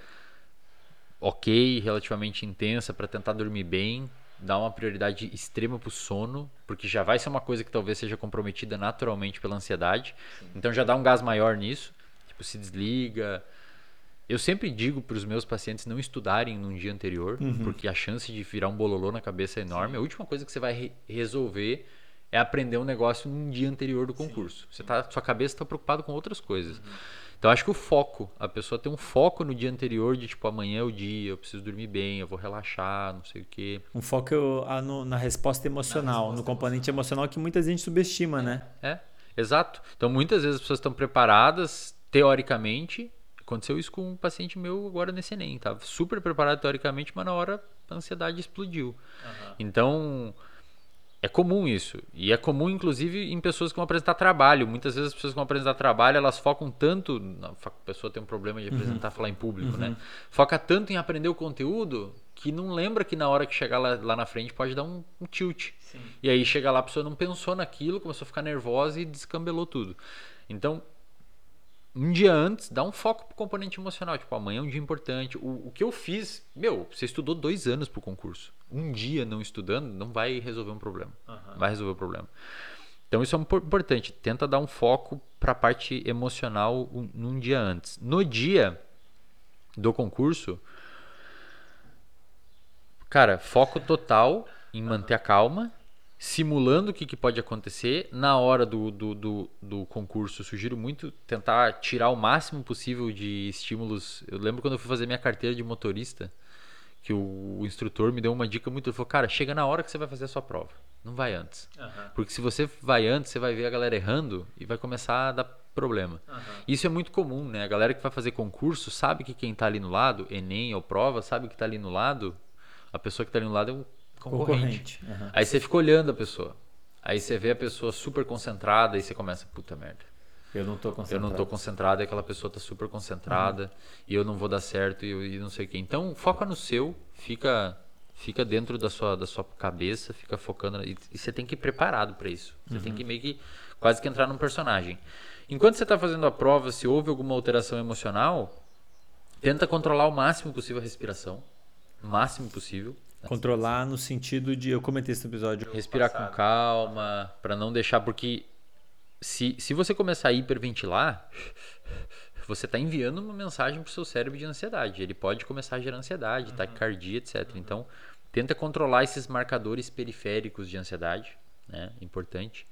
ok, relativamente intensa para tentar dormir bem, dar uma prioridade extrema para o sono, porque já vai ser uma coisa que talvez seja comprometida naturalmente pela ansiedade. Sim. Então já dá um gás maior nisso, tipo, se desliga. Eu sempre digo para os meus pacientes não estudarem num dia anterior, uhum. porque a chance de virar um bololô na cabeça é enorme. Sim. A última coisa que você vai re- resolver é aprender um negócio num dia anterior do concurso. Você tá, sua cabeça está preocupada com outras coisas. Uhum. Então, acho que o foco, a pessoa tem um foco no dia anterior de, tipo, amanhã é o dia, eu preciso dormir bem, eu vou relaxar, não sei o quê. Um foco ah, no, na resposta emocional, na resposta no componente emocional. emocional que muita gente subestima, é, né? É, exato. Então, muitas vezes as pessoas estão preparadas, teoricamente. Aconteceu isso com um paciente meu agora nesse Enem. Estava super preparado teoricamente, mas na hora a ansiedade explodiu. Uhum. Então... É comum isso. E é comum, inclusive, em pessoas que vão apresentar trabalho. Muitas vezes as pessoas que vão apresentar trabalho, elas focam tanto... A pessoa tem um problema de apresentar, uhum. falar em público, uhum. né? Foca tanto em aprender o conteúdo que não lembra que na hora que chegar lá, lá na frente pode dar um, um tilt. Sim. E aí chega lá, a pessoa não pensou naquilo, começou a ficar nervosa e descambelou tudo. Então, um dia antes, dá um foco pro componente emocional. Tipo, amanhã é um dia importante. O, o que eu fiz, meu, você estudou dois anos pro concurso. Um dia não estudando não vai resolver um problema. Uhum. Vai resolver o problema. Então isso é importante. Tenta dar um foco pra parte emocional um, num dia antes. No dia do concurso, cara, foco total em manter a calma, simulando o que, que pode acontecer. Na hora do, do, do, do concurso, eu sugiro muito tentar tirar o máximo possível de estímulos. Eu lembro quando eu fui fazer minha carteira de motorista, que o, o instrutor me deu uma dica muito. Ele falou, cara, chega na hora que você vai fazer a sua prova. Não vai antes. Uhum. Porque se você vai antes, você vai ver a galera errando e vai começar a dar problema. Uhum. Isso é muito comum, né? A galera que vai fazer concurso sabe que quem tá ali no lado, Enem ou prova, sabe que tá ali no lado, a pessoa que tá ali no lado é um concorrente. concorrente. Uhum. Aí você fica olhando a pessoa. Aí você vê a pessoa super concentrada e você começa, puta merda. Eu não tô concentrado. Eu não tô concentrado e aquela pessoa tá super concentrada uhum. e eu não vou dar certo e, eu, e não sei o que. Então, foca no seu, fica... Fica dentro da sua, da sua cabeça, fica focando. E, e você tem que ir preparado para isso. Você uhum. tem que meio que quase que entrar num personagem. Enquanto você está fazendo a prova, se houve alguma alteração emocional, tenta controlar o máximo possível a respiração. O máximo possível. Controlar no sentido de. Eu comentei esse episódio. Respirar passado. com calma, para não deixar. Porque se, se você começar a hiperventilar, você está enviando uma mensagem para o seu cérebro de ansiedade. Ele pode começar a gerar ansiedade, uhum. taquicardia, etcétera. Uhum. Então, tenta controlar esses marcadores periféricos de ansiedade, né? Importante.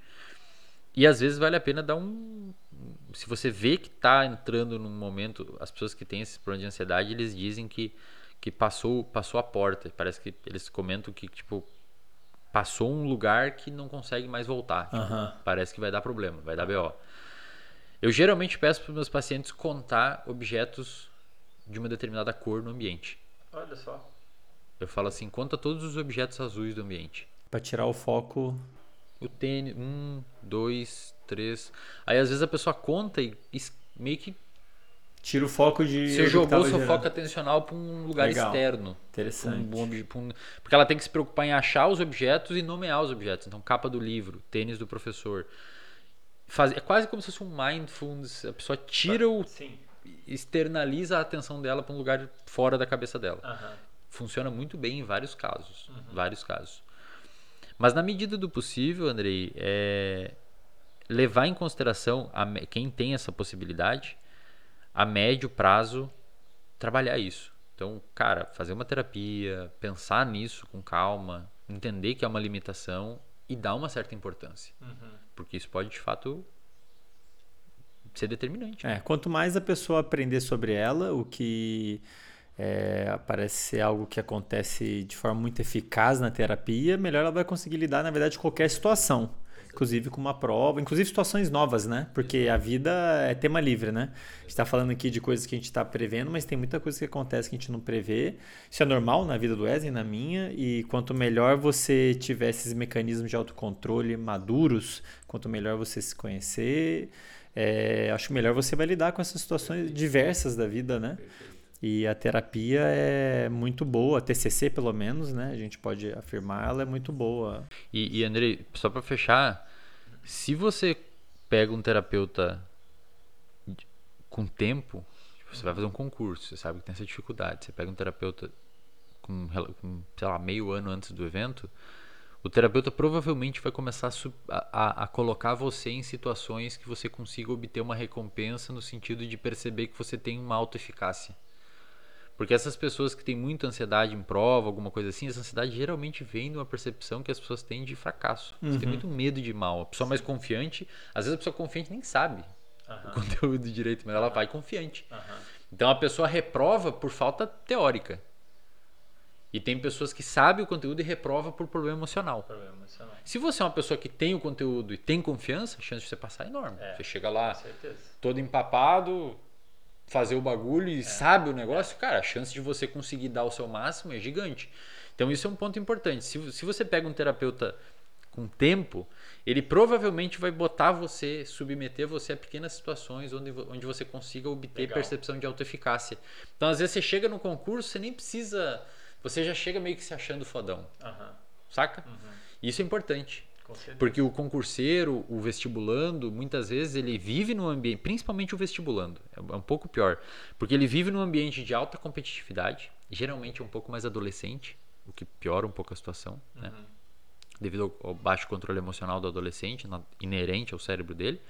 E às vezes vale a pena dar um... Se você vê que está entrando num momento... As pessoas que têm esse problema de ansiedade, eles dizem que, que passou, passou a porta. Parece que eles comentam que, tipo, passou um lugar que não consegue mais voltar. Tipo, uhum. Parece que vai dar problema, vai dar B O. Eu geralmente peço para os meus pacientes contar objetos de uma determinada cor no ambiente. Olha só. Eu falo assim, conta todos os objetos azuis do ambiente. Para tirar o foco. O tênis, um, dois, três. Aí às vezes a pessoa conta e meio que... Tira o foco de... Você jogou seu foco atencional para um lugar Legal. Externo. Interessante. Um, um, um, porque ela tem que se preocupar em achar os objetos e nomear os objetos. Então, capa do livro, tênis do professor... Faz, é quase como se fosse um mindfulness. A pessoa tira o... Sim. Externaliza a atenção dela para um lugar fora da cabeça dela. Uhum. Funciona muito bem em vários casos. Uhum. Vários casos. Mas na medida do possível, Andrei, é levar em consideração a, quem tem essa possibilidade, a médio prazo, trabalhar isso. Então, cara, fazer uma terapia, pensar nisso com calma, entender que é uma limitação e dar uma certa importância. Uhum. Porque isso pode, de fato, ser determinante. É, quanto mais a pessoa aprender sobre ela, o que é, parece ser algo que acontece de forma muito eficaz na terapia, melhor ela vai conseguir lidar, na verdade, com qualquer situação. Inclusive com uma prova, inclusive situações novas, né? Porque a vida é tema livre, né? A gente está falando aqui de coisas que a gente está prevendo, mas tem muita coisa que acontece que a gente não prevê. Isso é normal na vida do Wesley, na minha, e quanto melhor você tiver esses mecanismos de autocontrole maduros, quanto melhor você se conhecer, é, acho melhor você vai lidar com essas situações diversas da vida, né? E a terapia é muito boa, a T C C pelo menos, né? A gente pode afirmar, ela é muito boa. E, e Andrei, só para fechar, se você pega um terapeuta com tempo, tipo, você vai fazer um concurso, você sabe que tem essa dificuldade, você pega um terapeuta com, com sei lá, meio ano antes do evento, o terapeuta provavelmente vai começar a, a, a colocar você em situações que você consiga obter uma recompensa no sentido de perceber que você tem uma autoeficácia. Porque essas pessoas que têm muita ansiedade em prova, alguma coisa assim, essa ansiedade geralmente vem de uma percepção que as pessoas têm de fracasso. Você uhum. tem muito medo de mal. A pessoa mais confiante, às vezes a pessoa confiante nem sabe uhum. o conteúdo direito, mas ela vai confiante. Uhum. Então a pessoa reprova por falta teórica. E tem pessoas que sabem o conteúdo e reprova por problema emocional. Problema emocional. Se você é uma pessoa que tem o conteúdo e tem confiança, a chance de você passar é enorme. É, você chega lá todo empapado, fazer o bagulho e é. sabe o negócio, cara, a chance de você conseguir dar o seu máximo é gigante. Então isso é um ponto importante. Se, se você pega um terapeuta com tempo, ele provavelmente vai botar você, submeter você a pequenas situações onde, onde você consiga obter Legal. percepção de autoeficácia. Então às vezes você chega no concurso, você nem precisa você já chega meio que se achando fodão. Uhum. Saca? Uhum. Isso é importante. Porque o concurseiro, o vestibulando, muitas vezes ele vive num ambiente, principalmente o vestibulando, é um pouco pior, porque ele vive num ambiente de alta competitividade, geralmente é um pouco mais adolescente, o que piora um pouco a situação, uhum. né? Devido ao, ao baixo controle emocional do adolescente, inerente ao cérebro dele,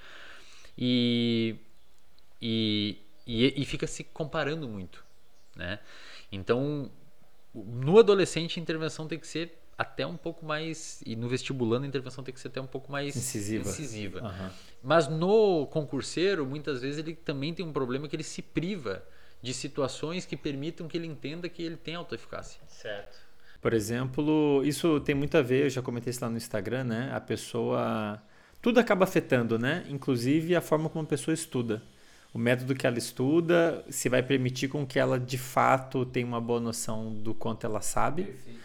e, e, e, e fica se comparando muito, né? Então, no adolescente a intervenção tem que ser até um pouco mais, e no vestibulando a intervenção tem que ser até um pouco mais incisiva, incisiva. Uhum. Mas no concurseiro, muitas vezes ele também tem um problema que ele se priva de situações que permitam que ele entenda que ele tem autoeficácia. Certo. Por exemplo, isso tem muito a ver, eu já comentei isso lá no Instagram, né? A pessoa, tudo acaba afetando, né? Inclusive a forma como a pessoa estuda. O método que ela estuda, se vai permitir com que ela de fato tenha uma boa noção do quanto ela sabe. Perfeito.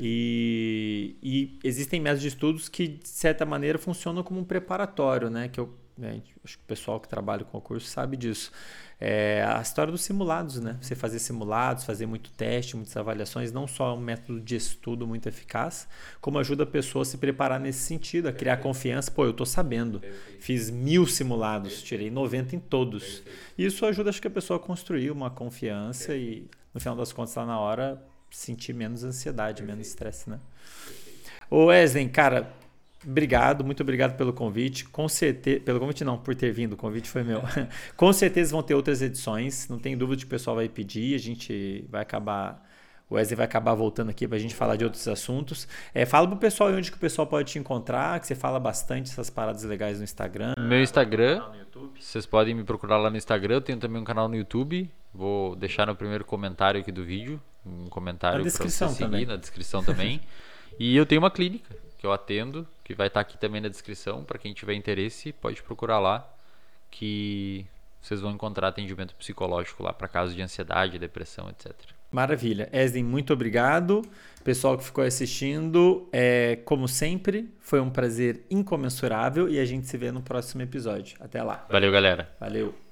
E, e existem métodos de estudos que, de certa maneira, funcionam como um preparatório, né? Que eu, né, acho que o pessoal que trabalha com o curso sabe disso. É a história dos simulados, né? Você fazer simulados, fazer muito teste, muitas avaliações, não só é um método de estudo muito eficaz, como ajuda a pessoa a se preparar nesse sentido, a criar confiança. Pô, eu estou sabendo. Perfeito. Fiz mil simulados, Perfeito. Tirei noventa em todos. Perfeito. Isso ajuda, acho que a pessoa a construir uma confiança Perfeito. E, no final das contas, lá na hora, sentir menos ansiedade, Perfeito. Menos estresse, né? Ô Wesley, cara, obrigado, muito obrigado pelo convite. Com certeza, pelo convite não, por ter vindo, o convite foi meu. Com certeza vão ter outras edições, não tem dúvida que o pessoal vai pedir, a gente vai acabar, o Wesley vai acabar voltando aqui pra gente falar de outros assuntos. É, fala pro pessoal onde que o pessoal pode te encontrar, que você fala bastante essas paradas legais no Instagram. Meu Instagram, vocês podem me procurar lá no Instagram, eu tenho também um canal no YouTube, vou deixar no primeiro comentário aqui do vídeo, um comentário para você seguir, também. Na descrição também. E eu tenho uma clínica que eu atendo, que vai estar aqui também na descrição, para quem tiver interesse, pode procurar lá, que vocês vão encontrar atendimento psicológico lá para casos de ansiedade, depressão, etcétera. Maravilha. Esden, muito obrigado. Pessoal que ficou assistindo, é, como sempre, foi um prazer incomensurável e a gente se vê no próximo episódio. Até lá. Valeu, galera. Valeu.